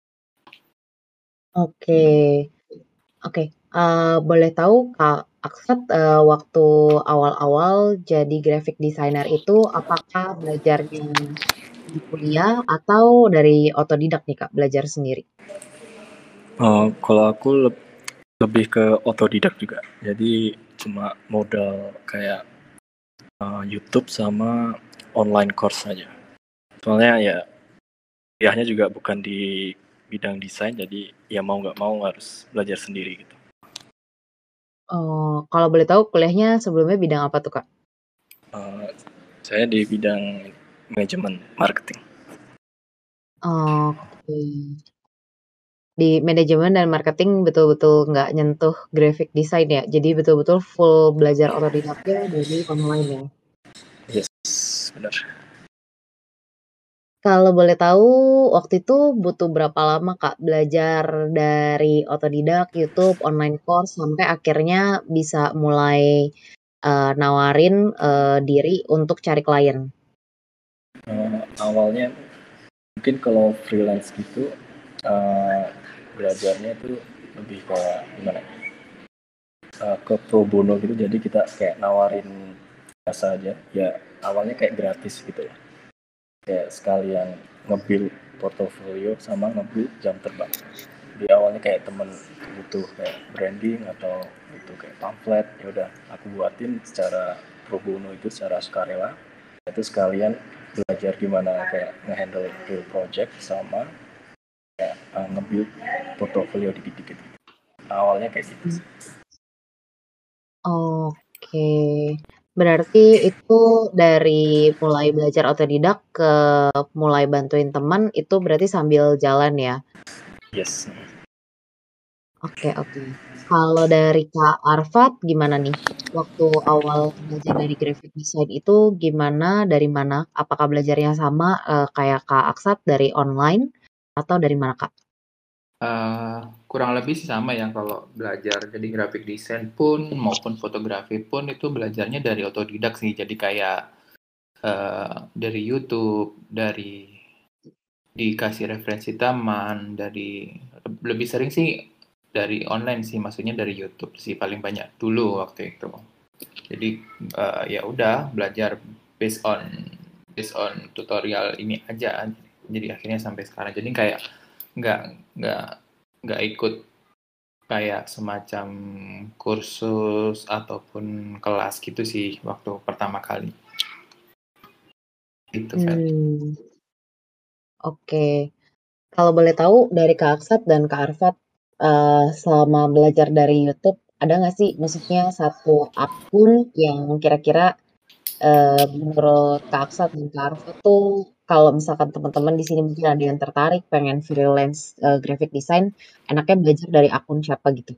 Oke, oke. Uh, boleh tahu Kak Aksat, uh, waktu awal-awal jadi graphic designer itu apakah belajarnya di kuliah atau dari otodidak nih Kak, belajar sendiri? Uh, kalau aku le- lebih ke otodidak juga. Jadi cuma modal kayak uh, YouTube sama online course saja. Soalnya ya kuliahnya juga bukan di bidang desain, jadi ya mau nggak mau harus belajar sendiri gitu. Oh, kalau boleh tahu kuliahnya sebelumnya bidang apa tuh Kak? Uh, saya di bidang manajemen marketing. Oke. Di manajemen dan marketing betul-betul nggak nyentuh graphic design ya? Jadi betul-betul full belajar otodidaknya dari online ya? Yes, benar. Kalau boleh tahu, waktu itu butuh berapa lama Kak belajar dari otodidak, YouTube, online course, sampai akhirnya bisa mulai uh, nawarin uh, diri untuk cari klien? Uh, awalnya mungkin kalau freelance gitu uh, belajarnya itu lebih kayak gimana? Uh, ke pro bono gitu, jadi kita kayak nawarin jasa aja. Ya awalnya kayak gratis gitu ya. Kayak sekalian nge-build portofolio sama nge-build jam terbang. Di awalnya kayak temen butuh kayak branding atau butuh kayak pamflet, ya udah aku buatin secara pro bono itu secara sukarela. Itu sekalian belajar gimana kayak nge-handle real project sama kayak uh, nge-build portofolio dikit-dikit. Awalnya kayak gitu. Oke. Berarti itu dari mulai belajar otodidak ke mulai bantuin teman, itu berarti sambil jalan ya? Yes. Oke oke. Kalau dari Kak Arfat gimana nih? Waktu awal belajar dari graphic design itu gimana, dari mana? Apakah belajarnya sama uh, kayak Kak Aksat dari online atau dari mana Kak? Uh, kurang lebih sih sama ya kalau belajar jadi graphic design pun maupun fotografi pun itu belajarnya dari otodidak sih. Jadi kayak uh, dari YouTube, dari dikasih referensi taman, dari lebih sering sih dari online sih, maksudnya dari YouTube sih paling banyak dulu waktu itu. Jadi uh, ya udah belajar based on based on tutorial ini aja. Jadi akhirnya sampai sekarang. Jadi kayak nggak nggak nggak ikut kayak semacam kursus ataupun kelas gitu sih waktu pertama kali. Gitu kan. Hmm. Oke. Kalau boleh tahu dari Kak Aksat dan Kak Arfat, uh, selama belajar dari YouTube, ada nggak sih maksudnya satu akun yang kira-kira uh, menurut Kak Aksat dan Kak Arfat tuh kalau misalkan teman-teman di sini mungkin ada yang tertarik pengen freelance uh, graphic design, enaknya belajar dari akun siapa gitu?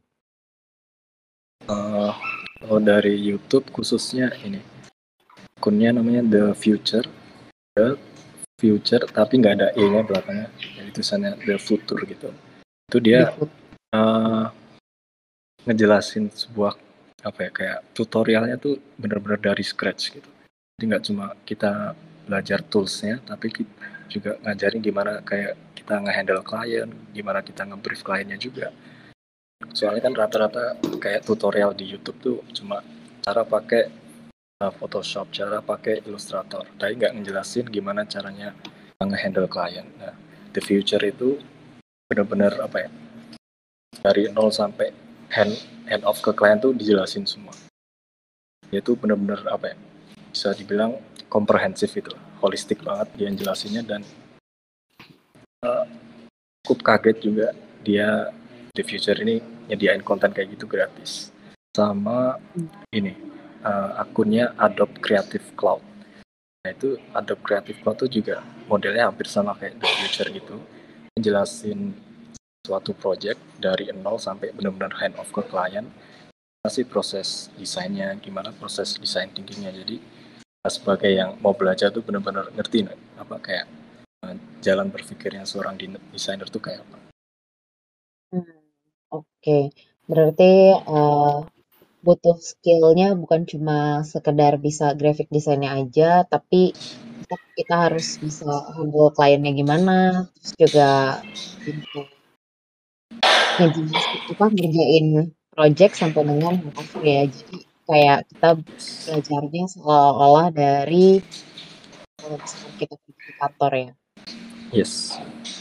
Uh, kalau dari YouTube khususnya ini, akunnya namanya The Future, The Future, tapi nggak ada e-nya belakangnya, jadi tulisannya The Future gitu. Itu dia uh, ngejelasin sebuah apa ya kayak tutorialnya tuh bener-bener dari scratch gitu. Jadi nggak cuma kita belajar toolsnya, tapi kita juga ngajarin gimana kayak kita nge-handle klien, gimana kita nge-brief kliennya juga. Soalnya kan rata-rata kayak tutorial di YouTube tuh cuma cara pakai uh, Photoshop, cara pakai Illustrator, tapi nggak ngejelasin gimana caranya nge-handle klien. Nah, The Future itu benar-benar apa ya, dari nol sampai hand hand off ke klien tuh dijelasin semua. Dia tuh benar-benar apa ya, bisa dibilang komprehensif itu, holistik banget dia jelasinnya, dan uh, cukup kaget juga dia The Future ini nyediain konten kayak gitu gratis. Sama ini uh, akunnya Adobe Creative Cloud. Nah itu Adobe Creative Cloud tuh juga modelnya hampir sama kayak The Future gitu, ngejelasin suatu project dari nol sampai benar-benar hand off ke klien, masih proses desainnya, gimana proses desain thinkingnya. Jadi sebagai yang mau belajar tuh benar-benar ngerti apa kayak uh, jalan berpikirnya seorang desainer tuh kayak apa. Hmm, Oke, okay. Berarti uh, butuh skillnya bukan cuma sekedar bisa graphic desainnya aja, tapi kita harus bisa handle kliennya gimana, terus juga bisa ngejelasin apa ngerjain project sampai dengan hasil ya. Jadi kayak kita belajarnya seolah-olah dari kalau misalkan kita di kantor ya. Yes.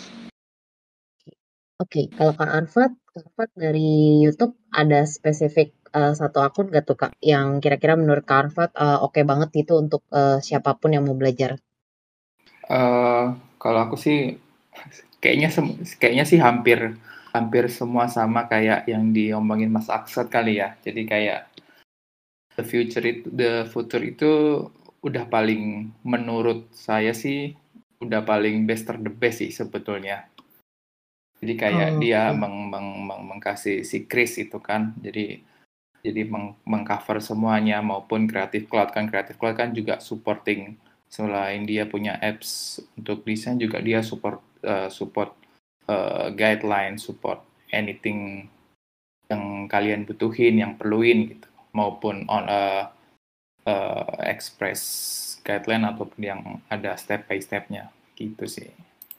Oke, kalau Kak Arfat, Kak Arfat dari YouTube ada spesifik uh, satu akun gak tuh Kak, yang kira-kira menurut Kak Arfat uh, oke okay banget itu untuk uh, siapapun yang mau belajar? Uh, kalau aku sih kayaknya kayaknya sih hampir hampir semua sama kayak yang diomongin Mas Aksat kali ya. Jadi kayak The Future itu The Future itu udah paling, menurut saya sih udah paling best ter the best sih sebetulnya. Jadi kayak oh, dia okay. meng, meng, meng, mengkasih si Chris itu kan, jadi jadi meng, mengcover semuanya, maupun Creative Cloud kan. Creative Cloud kan juga supporting, selain dia punya apps untuk desain juga dia support uh, support uh, guideline, support anything yang kalian butuhin, yang perluin gitu, maupun on uh, uh, express guideline ataupun yang ada step by stepnya gitu sih.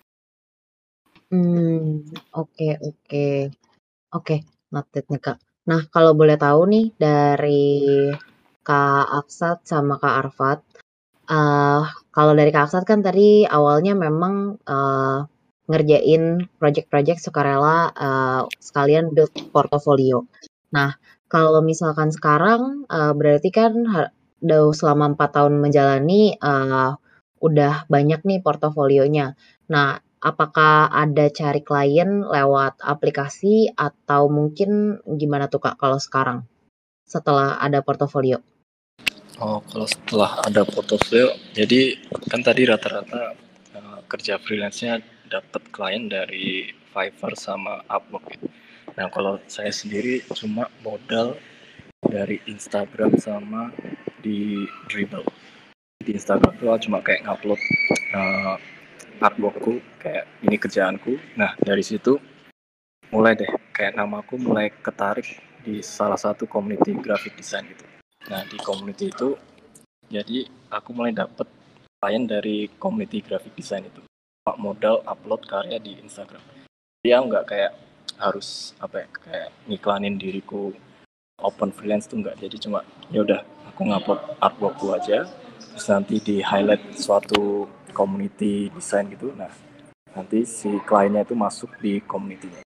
Hmm, oke oke. Oke, noted nih Kak. Nah, kalau boleh tahu nih dari Kak Aksat sama Kak Arfat, uh, kalau dari Kak Aksat kan tadi awalnya memang uh, ngerjain project-project sukarela uh, sekalian build portofolio. Nah, kalau misalkan sekarang uh, berarti kan udah selama empat tahun menjalani uh, udah banyak nih portofolionya. Nah, apakah ada cari klien lewat aplikasi atau mungkin gimana tuh Kak kalau sekarang setelah ada portofolio? Oh, kalau setelah ada portofolio, jadi kan tadi rata-rata uh, kerja freelance-nya dapat klien dari Fiverr sama Upwork gitu. Nah, kalau saya sendiri cuma modal dari Instagram sama di Dribbble. Di Instagram tuh cuma kayak ngupload uh, artworkku, kayak ini kerjaanku. Nah, dari situ mulai deh kayak namaku mulai ketarik di salah satu community graphic design gitu. Nah di community itu jadi aku mulai dapet klien dari community graphic design itu modal upload karya di Instagram. Dia nggak kayak harus apa ya kayak ngiklanin diriku open freelance tuh nggak, jadi cuma ya udah aku ngupload artworkku aja terus nanti di highlight suatu community design gitu. Nah nanti si kliennya itu masuk di community-nya.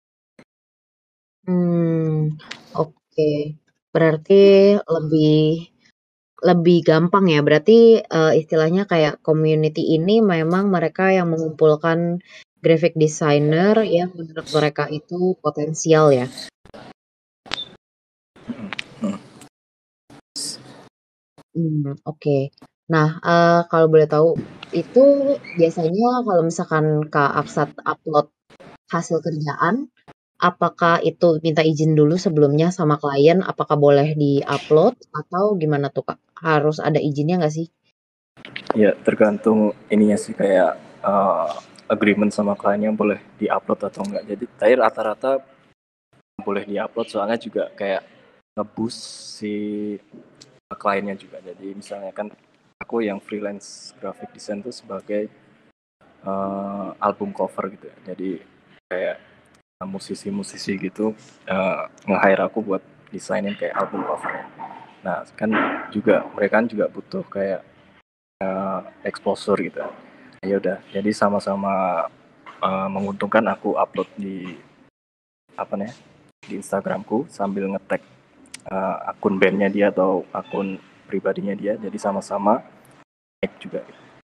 Hmm, oke. Berarti lebih lebih gampang ya. Berarti uh, istilahnya kayak community ini memang mereka yang mengumpulkan graphic designer yang menurut mereka itu potensial ya. Hmm, oke. Okay. Nah, uh, kalau boleh tahu itu biasanya kalau misalkan Kak Aksat upload hasil kerjaan, apakah itu minta izin dulu sebelumnya sama klien? Apakah boleh di-upload atau gimana tuh Kak? Harus ada izinnya nggak sih? Ya tergantung ininya sih kayak uh, agreement sama kliennya boleh di-upload atau enggak. Jadi terakhir rata-rata boleh di-upload soalnya juga kayak nge-boost si kliennya juga. Jadi misalnya kan aku yang freelance graphic design tuh sebagai uh, album cover gitu ya. Jadi kayak musisi-musisi gitu uh, nge-hire aku buat desainin kayak album cover. Nah kan juga mereka kan juga butuh kayak uh, exposure gitu. Ya udah, jadi sama-sama uh, menguntungkan aku upload di apa nih di Instagramku sambil nge-tag uh, akun bandnya dia atau akun pribadinya dia, jadi sama-sama naik juga.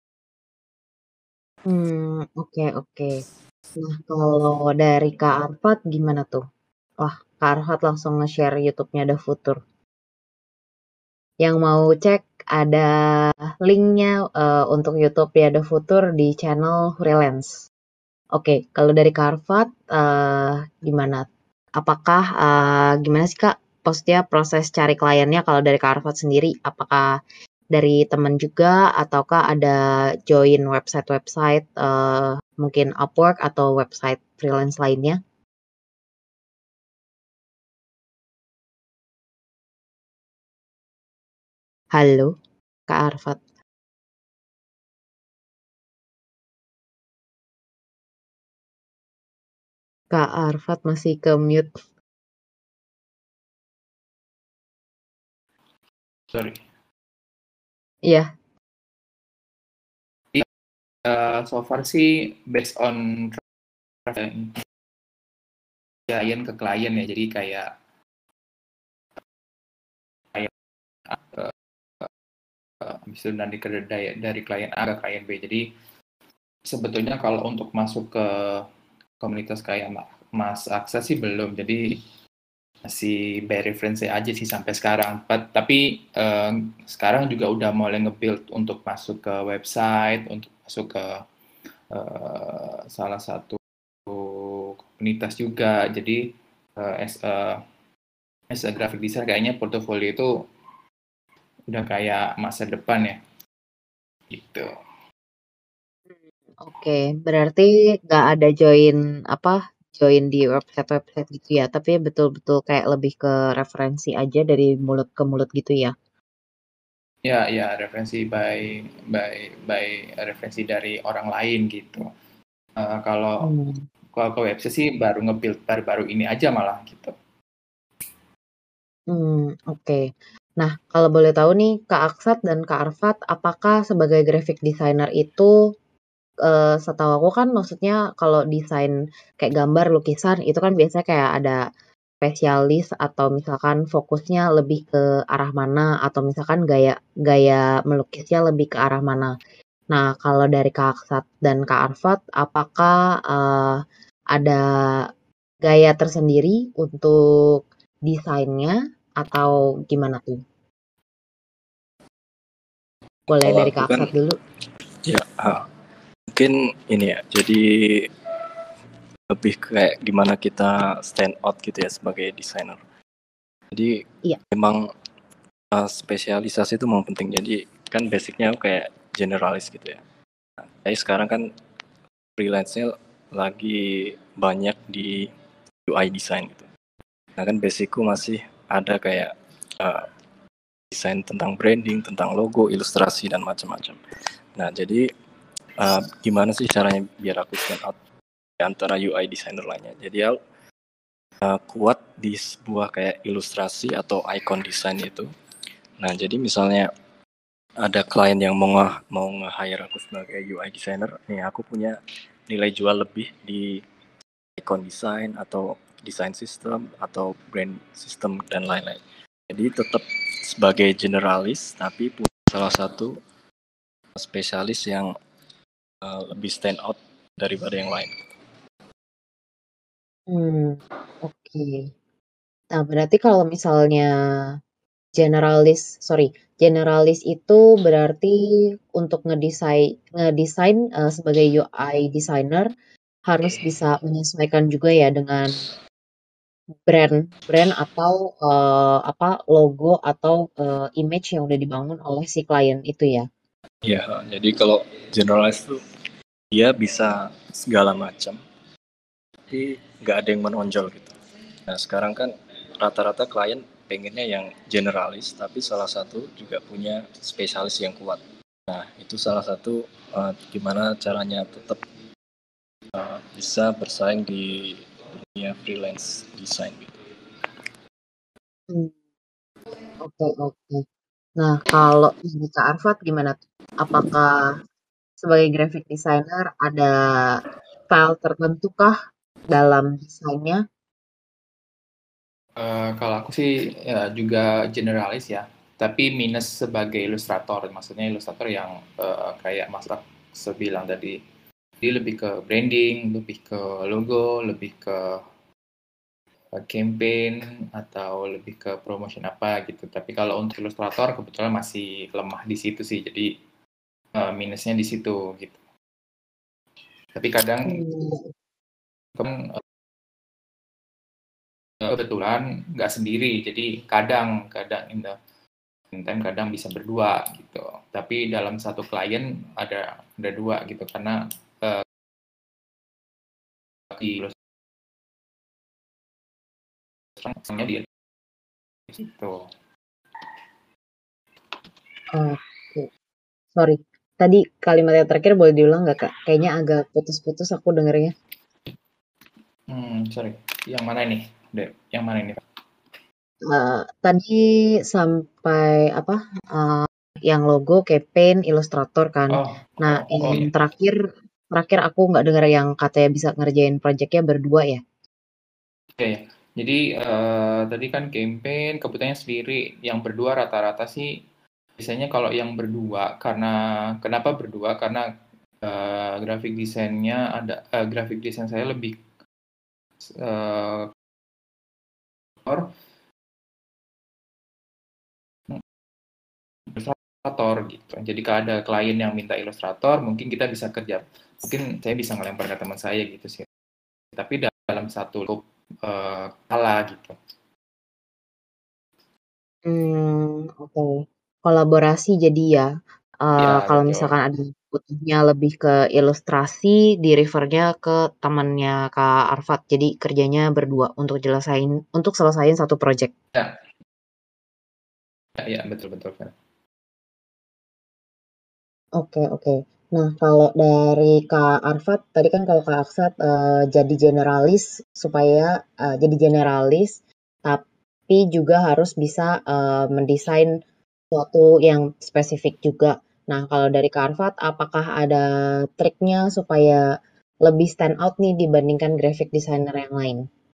Hmm, oke okay, oke. Okay. Nah, kalau dari Kak Arfat gimana tuh? Wah, Kak Arfat langsung nge-share YouTube-nya The Future. Yang mau cek ada linknya uh, untuk YouTube ya The Future di channel Freelance. Oke, okay, kalau dari Kak Arfat uh, gimana? Apakah uh, gimana sih Kak? Maksudnya proses cari kliennya kalau dari Kak Arfat sendiri, apakah dari teman juga ataukah ada join website-website uh, mungkin Upwork atau website freelance lainnya? Halo, Kak Arfat. Kak Arfat masih ke mute. Sorry. Iya. Uh, so far sih based on klien ke klien ya, jadi kayak kayak uh, uh, bisa dari dari, dari klien A ke klien B. Jadi sebetulnya kalau untuk masuk ke komunitas kayak Mas Aksa sih belum, jadi masih by reference aja sih sampai sekarang. But, tapi uh, sekarang juga udah mulai nge-build untuk masuk ke website, untuk masuk ke uh, salah satu komunitas juga. Jadi uh, as a as a graphic designer kayaknya portofolio itu udah kayak masa depan ya. Gitu. Oke, okay, berarti nggak ada join apa join di website-website gitu ya, tapi betul-betul kayak lebih ke referensi aja dari mulut ke mulut gitu ya? Ya, ya referensi by by by referensi dari orang lain gitu. Uh, kalau hmm. kalau ke website sih baru nge-build baru-baru ini aja malah gitu. Hmm, oke. Okay. Nah, kalau boleh tahu nih Kak Aksat dan Kak Arfat, apakah sebagai graphic designer itu uh, setahu aku kan maksudnya kalau desain kayak gambar, lukisan itu kan biasanya kayak ada spesialis atau misalkan fokusnya lebih ke arah mana atau misalkan gaya gaya melukisnya lebih ke arah mana. Nah, kalau dari Kak Aksat dan Kak Arfat, apakah uh, ada gaya tersendiri untuk desainnya atau gimana tuh? Boleh kalau dari Kak Aksat kan, dulu. Ya, uh, mungkin ini ya. Jadi lebih kayak gimana kita stand out gitu ya sebagai desainer. Jadi iya. Memang uh, spesialisasi itu memang penting. Jadi kan basicnya kayak generalis gitu ya. Nah, sekarang kan freelance-nya lagi banyak di U I design gitu. Nah kan basicku masih ada kayak uh, desain tentang branding, tentang logo, ilustrasi dan macam-macam. Nah jadi uh, gimana sih caranya biar aku stand out di antara U I designer lainnya? Jadi ya uh, kuat di sebuah kayak ilustrasi atau icon design itu. Nah jadi misalnya ada klien yang mau nge mau nge-hire aku sebagai U I designer, nih aku punya nilai jual lebih di icon design atau design system atau brand system dan lain-lain. Jadi tetap sebagai generalis tapi punya salah satu spesialis yang uh, lebih stand out daripada yang lain. Hmm, oke. Okay. Nah, berarti kalau misalnya generalis, sorry, generalis itu berarti untuk ngedesain, ngedesain uh, sebagai U I designer harus bisa menyesuaikan juga ya dengan brand, brand atau uh, apa logo atau uh, image yang udah dibangun oleh si klien itu ya. Iya, jadi kalau generalis tuh dia bisa segala macam, tapi nggak ada yang menonjol gitu. Nah sekarang kan rata-rata klien pengennya yang generalis, tapi salah satu juga punya spesialis yang kuat. Nah itu salah satu uh, gimana caranya tetap uh, bisa bersaing di dunia freelance design gitu. Hmm. Oke okay, oke. Okay. Nah kalau dari Kak Arfat gimana? Apakah sebagai graphic designer ada style tertentu kah dalam desainnya? Uh, kalau aku sih ya, juga generalis ya, tapi minus sebagai ilustrator. Maksudnya ilustrator yang uh, kayak Mas Aksa bilang tadi, dia lebih ke branding, lebih ke logo, lebih ke uh, campaign atau lebih ke promotion apa gitu. Tapi kalau untuk ilustrator kebetulan masih lemah di situ sih, jadi uh, minusnya di situ gitu. Tapi kadang hmm. kan kebetulan nggak sendiri, jadi kadang kadang in the meantime kadang bisa berdua gitu. Tapi dalam satu klien ada ada dua gitu karena uh, di ilustrasinya dia gitu. Oke, okay. Sorry. Tadi kalimat yang terakhir boleh diulang nggak Kak? Kayaknya agak putus-putus aku dengernya. Hmm, sorry. Yang mana ini? Yang mana ini? Uh, tadi sampai apa? Uh, yang logo, campaign, ilustrator kan. Oh, nah, oh, yang oh, iya. terakhir terakhir aku nggak dengar yang katanya bisa ngerjain projectnya berdua ya. Oke, okay. Jadi uh, tadi kan campaign kebutuhannya sendiri. Yang berdua rata-rata sih biasanya kalau yang berdua karena kenapa berdua? Karena uh, grafik desainnya ada uh, grafik desain saya lebih uh, ilustrator gitu. Jadi kalau ada klien yang minta ilustrator, mungkin kita bisa kerja. Mungkin saya bisa ngelempar ke teman saya gitu sih. Tapi dalam satu loop uh, kalah gitu. Hmm, oke. Okay. Kolaborasi jadi ya. Uh, ya kalau betul. misalkan ada butuhnya lebih ke ilustrasi, di refernya ke temannya Kak Arfat. Jadi kerjanya berdua untuk jelasain, untuk selesain satu project. Ya, ya, ya betul betul. Oke okay, oke. Okay. Nah kalau dari Kak Arfat, tadi kan kalau Kak Arfat uh, jadi generalis supaya uh, jadi generalis, tapi juga harus bisa uh, mendesain sesuatu yang spesifik juga. Nah, kalau dari Kak Arfat, apakah ada triknya supaya lebih stand out nih dibandingkan graphic designer yang lain?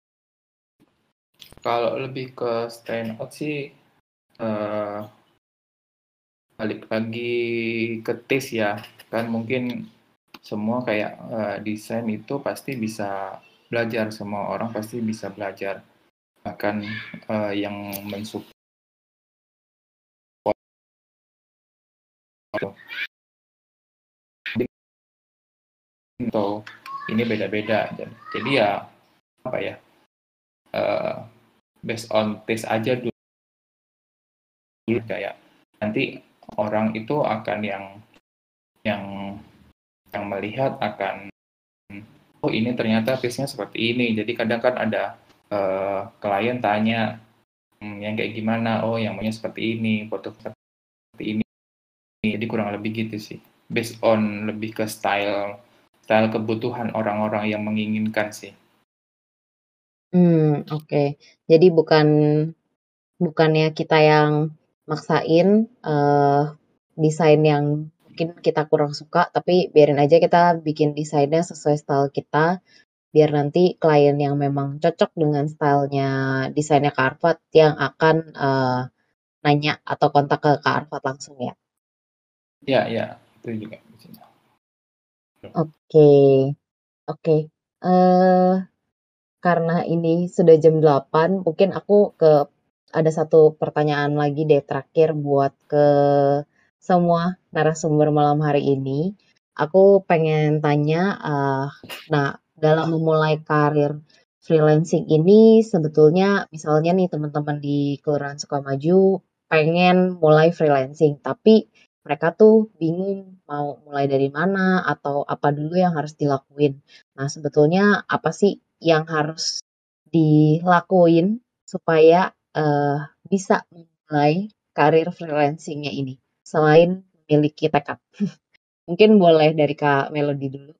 Kalau lebih ke stand out sih, uh, balik lagi ke taste ya. Kan mungkin semua kayak uh, desain itu pasti bisa belajar. Semua orang pasti bisa belajar. Bahkan uh, yang mensupport atau ini beda-beda. Jadi ya apa ya, uh, based on taste aja dulu. Kayak nanti orang itu akan yang yang yang melihat akan oh ini ternyata taste-nya seperti ini. Jadi kadang kan ada uh, klien tanya hmm, yang kayak gimana, oh yang maunya seperti ini, foto seperti ini, jadi kurang lebih gitu sih, based on lebih ke style style kebutuhan orang-orang yang menginginkan sih. Hmm, oke. Okay. Jadi bukan bukannya kita yang maksain uh, desain yang mungkin kita kurang suka, tapi biarin aja kita bikin desainnya sesuai style kita, biar nanti klien yang memang cocok dengan stylenya desainnya Kak Arfat yang akan uh, nanya atau kontak ke Kak Arfat langsung ya. Ya, ya, itu juga. Oke, okay. oke. Okay. Uh, karena ini sudah jam delapan, mungkin aku ke ada satu pertanyaan lagi deh terakhir buat ke semua narasumber malam hari ini. Aku pengen tanya, uh, nah dalam memulai karir freelancing ini sebetulnya misalnya nih teman-teman di Kelurahan Sukamaju pengen mulai freelancing, tapi mereka tuh bingung mau mulai dari mana atau apa dulu yang harus dilakuin. Nah sebetulnya apa sih yang harus dilakuin supaya uh, bisa memulai karir freelancingnya ini selain memiliki tekad? Mungkin boleh dari Kak Melody dulu.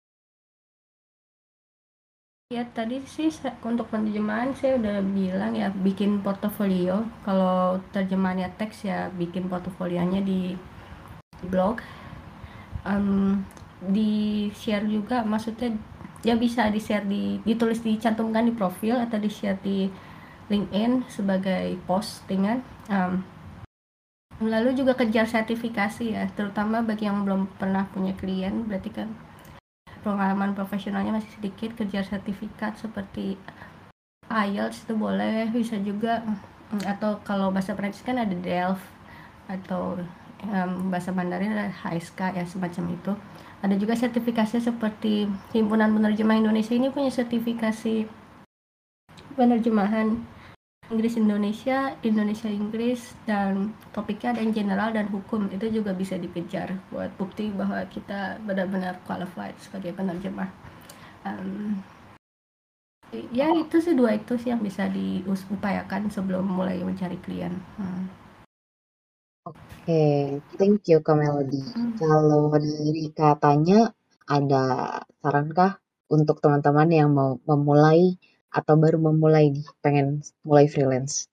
Ya tadi sih untuk penerjemahan saya udah bilang ya bikin portofolio. Kalau terjemahannya teks ya bikin portofolionya di, di blog. Um, di share juga, maksudnya ya bisa di share di ditulis dicantumkan di profil atau di share di LinkedIn sebagai postingan. Um, lalu juga kejar sertifikasi ya, terutama bagi yang belum pernah punya klien, berarti kan pengalaman profesionalnya masih sedikit, kejar sertifikat seperti I E L T S itu boleh, bisa juga, atau kalau bahasa Prancis kan ada D E L F atau um, bahasa Mandarin ada H S K ya, semacam itu. Ada juga sertifikasi seperti Himpunan Penerjemah Indonesia ini punya sertifikasi penerjemahan Inggris Indonesia, Indonesia Inggris, dan topiknya ada yang general dan hukum. Itu juga bisa dikejar buat bukti bahwa kita benar-benar qualified sebagai penerjemah. Um, ya itu sih, dua itu sih yang bisa diupayakan sebelum mulai mencari klien. Hmm. Oke, okay, thank you Kak Melody. Hmm. Kalau dari katanya ada sarankah untuk teman-teman yang mau memulai atau baru memulai nih, pengen mulai freelance?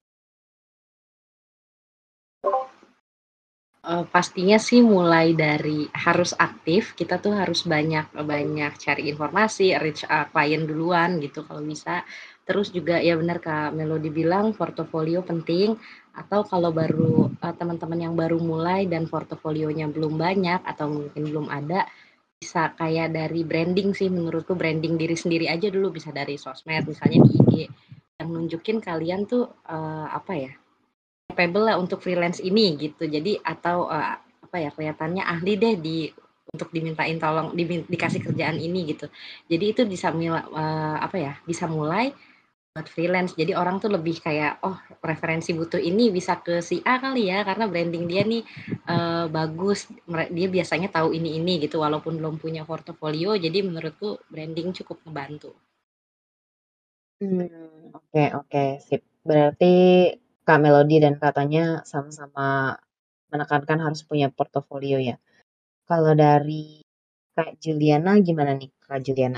Uh, pastinya sih mulai dari harus aktif, kita tuh harus banyak banyak cari informasi, reach uh, klien duluan gitu kalau bisa. Terus juga ya benar Kak Melody bilang portofolio penting, atau kalau baru uh, teman-teman yang baru mulai dan portofolionya belum banyak atau mungkin belum ada, bisa kayak dari branding sih, menurutku branding diri sendiri aja dulu, bisa dari sosmed misalnya di I G yang nunjukin kalian tuh uh, apa ya, capable lah untuk freelance ini gitu. Jadi atau uh, apa ya, kelihatannya ahli deh di untuk dimintain tolong di, dikasih kerjaan ini gitu. Jadi itu bisa uh, apa ya, bisa mulai buat freelance. Jadi orang tuh lebih kayak, oh referensi butuh ini bisa ke si A kali ya, karena branding dia nih uh, bagus, dia biasanya tahu ini ini gitu walaupun belum punya portofolio. Jadi menurutku branding cukup membantu. Hmm, oke okay, oke okay, sip. Berarti Kak Melody dan katanya sama-sama menekankan harus punya portofolio ya. Kalau dari Kak Juliana gimana nih Kak Juliana?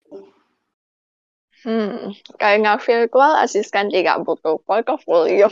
Hmm, karena virtual assistant tidak butuh portofolio.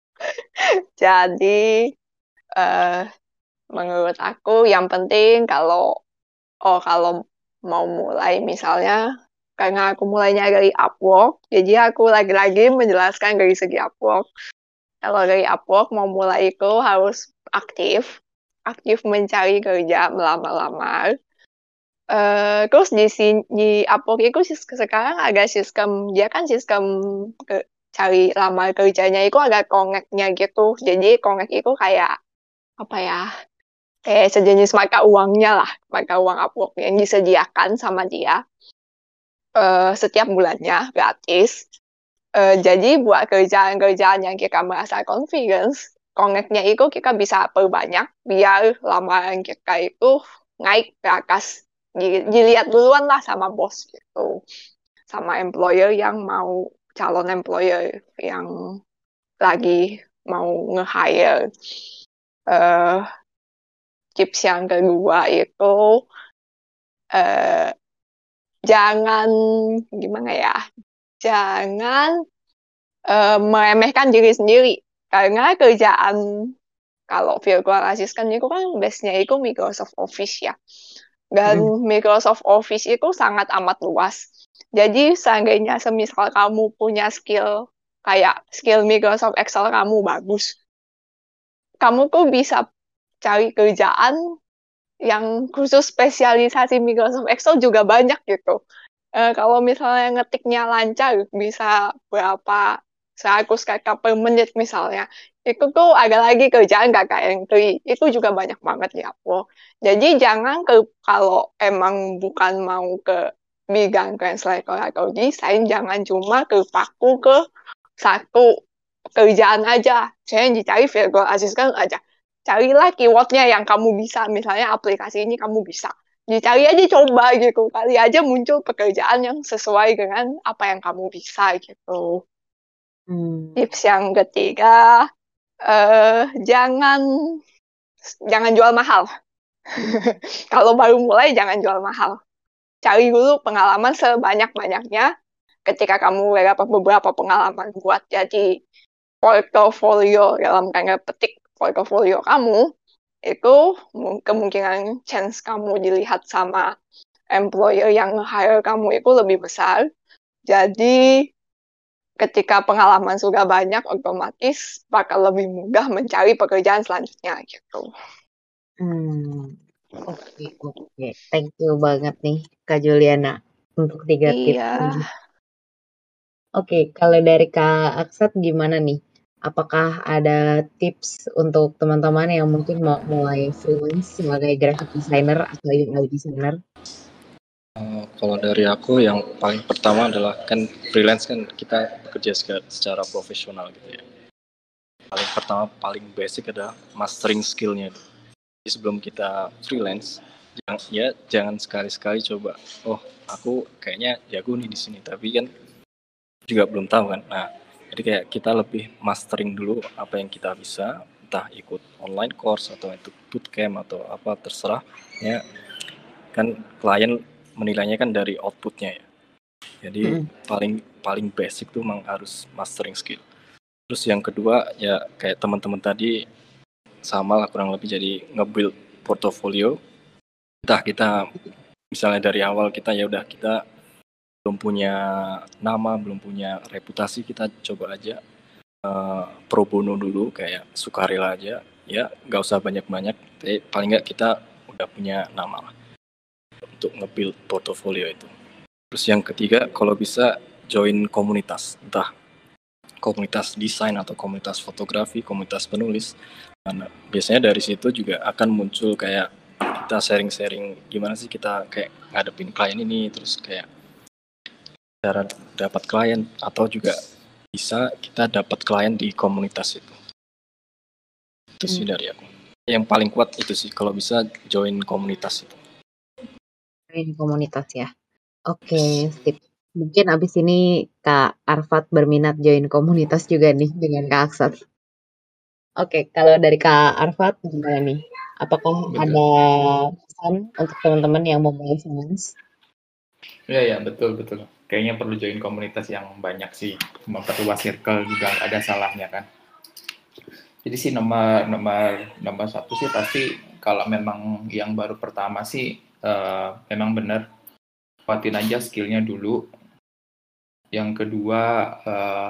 Jadi, uh, menurut aku yang penting kalau oh kalau mau mulai misalnya, karena aku mulainya dari Upwork, jadi aku lagi-lagi menjelaskan dari segi Upwork. Kalau dari Upwork mau mulai itu harus aktif, aktif mencari kerja, melamar-lamar. Uh, terus di di Upwork itu sekarang ada sistem, dia kan sistem ke, cari lamar kerjanya itu ada connect-nya gitu. Jadi connect itu kayak apa ya? Kayak sejenis mata uangnya lah, mata uang Upwork yang disediakan sama dia uh, setiap bulannya gratis. Uh, jadi buat kerjaan-kerjaan yang kita merasa confidence, connect-nya itu kita bisa perbanyak biar lamaran kita itu naik ke atas, dilihat duluan lah sama bos gitu, sama employer yang mau calon employer yang lagi mau nge-hire. Uh, tips yang kedua itu uh, jangan gimana ya, jangan uh, meremehkan diri sendiri, karena kerjaan kalau virtual assistant itu kan base-nya itu Microsoft Office ya, dan hmm. Microsoft Office itu sangat amat luas. Jadi seandainya semisal kamu punya skill kayak skill Microsoft Excel kamu bagus, kamu tuh bisa cari kerjaan yang khusus spesialisasi Microsoft Excel juga banyak gitu. Uh, kalau misalnya ngetiknya lancar, bisa berapa seratus kata per menit misalnya, itu tuh ada lagi kerjaan data entry, itu juga banyak banget ya. Oh. Jadi jangan ke kalau emang bukan mau ke bidang translator atau desain, jangan cuma terpaku ke satu kerjaan aja. Saya dicari virtual assistant aja. Carilah keywordnya yang kamu bisa, misalnya aplikasi ini kamu bisa. Dicari aja, coba gitu. Kali aja muncul pekerjaan yang sesuai dengan apa yang kamu bisa gitu. Hmm. Tips yang ketiga, uh, jangan jangan jual mahal. Kalau baru mulai jangan jual mahal. Cari dulu pengalaman sebanyak-banyaknya. Ketika kamu dapat beberapa pengalaman buat jadi portofolio dalam tanda petik portofolio kamu, itu kemungkinan chance kamu dilihat sama employer yang hire kamu itu lebih besar. Jadi ketika pengalaman sudah banyak, otomatis bakal lebih mudah mencari pekerjaan selanjutnya gitu. Hmm, oke okay, oke, okay. Thank you banget nih Kak Juliana untuk tiga tips iya. ini. Oke, okay, kalau dari Kak Aksat gimana nih? Apakah ada tips untuk teman-teman yang mungkin mau mulai freelance sebagai graphic designer atau U I designer? Uh, kalau dari aku yang paling pertama adalah kan freelance kan kita bekerja secara profesional gitu ya. Paling pertama paling basic adalah mastering skillnya. Jadi sebelum kita freelance, jangan, ya jangan sekali-sekali coba, oh aku kayaknya jago nih di sini, tapi kan juga belum tahu kan. Nah, jadi kayak kita lebih mastering dulu apa yang kita bisa, entah ikut online course atau itu bootcamp atau apa terserah ya. Kan klien menilainya kan dari outputnya ya. Jadi hmm. paling paling basic tuh memang harus mastering skill. Terus yang kedua ya kayak teman-teman tadi sama lah kurang lebih, jadi nge-build portofolio. Entah kita misalnya dari awal kita ya udah kita belum punya nama, belum punya reputasi, kita coba aja uh, pro bono dulu, kayak sukarela aja ya, nggak usah banyak-banyak, tapi paling nggak kita udah punya nama lah untuk nge-build portofolio itu. Terus yang ketiga, kalau bisa join komunitas, entah komunitas desain atau komunitas fotografi, komunitas penulis. Nah, biasanya dari situ juga akan muncul kayak kita sharing-sharing gimana sih kita kayak ngadepin klien ini, terus kayak cara dapat klien, atau juga bisa kita dapat klien di komunitas itu. Itu sih hmm. dari aku. Yang paling kuat itu sih kalau bisa join komunitas itu. Join komunitas ya. Oke, sip. Mungkin abis ini Kak Arfat berminat join komunitas juga nih dengan Kak Aksat. Oke, kalau dari Kak Arfat gimana nih? Apakah betul. ada pesan untuk teman-teman yang mau mulai freelance? Iya, ya, betul, betul. Kayaknya perlu join komunitas yang banyak sih. Memperluas circle juga ada salahnya kan. Jadi sih nomor nomor nomor satu sih pasti kalau memang yang baru pertama sih uh, memang benar kuatin aja skillnya dulu. Yang kedua uh,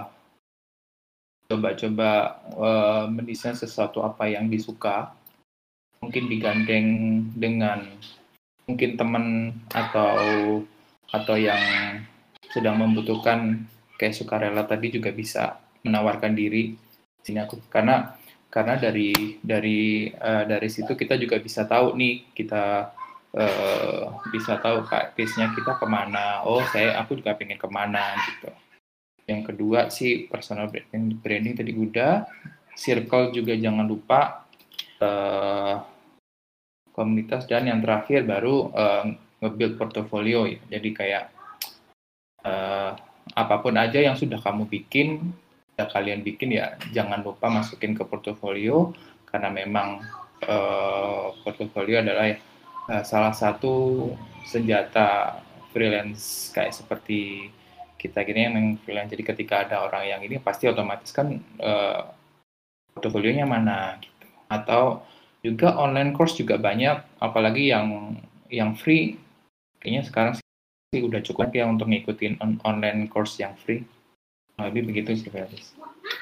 coba-coba uh, mendesain sesuatu apa yang disuka. Mungkin digandeng dengan mungkin teman atau atau yang sedang membutuhkan kayak sukarela tadi juga bisa menawarkan diri sini aku, karena karena dari dari uh, dari situ kita juga bisa tahu nih, kita uh, bisa tahu kak pace-nya kita kemana. Oh saya aku juga pengen kemana gitu. Yang kedua sih personal branding, branding tadi udah, circle juga jangan lupa, uh, komunitas, dan yang terakhir baru uh, nge-build portfolio ya. Jadi kayak uh, apapun aja yang sudah kamu bikin, sudah kalian bikin ya jangan lupa masukin ke portofolio, karena memang uh, portofolio adalah uh, salah satu senjata freelance kayak seperti kita gini yang freelance. Jadi ketika ada orang yang ini pasti otomatis kan uh, portofolionya mana gitu. Atau juga online course juga banyak, apalagi yang yang free. Kayaknya sekarang sih udah cukup ya untuk ngikutin on- online course yang free. Nah, lebih begitu sih, Felis.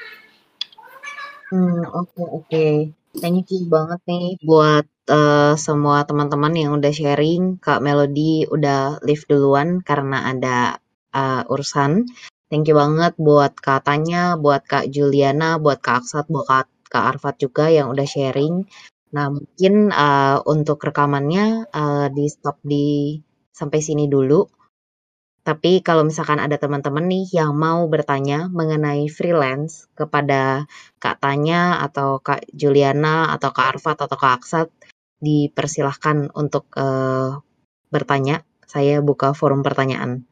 Hmm, oke oke. Thank you banget nih buat uh, semua teman-teman yang udah sharing. Kak Melody udah leave duluan karena ada uh, urusan. Thank you banget buat Kak Tanya, buat Kak Juliana, buat Kak Aksat, buat Kak, Kak Arfat juga yang udah sharing. Nah, mungkin uh, untuk rekamannya uh, di stop di sampai sini dulu. Tapi kalau misalkan ada teman-teman nih yang mau bertanya mengenai freelance kepada Kak Tanya atau Kak Juliana atau Kak Arfat atau Kak Aksat, dipersilahkan untuk uh, bertanya. Saya buka forum pertanyaan.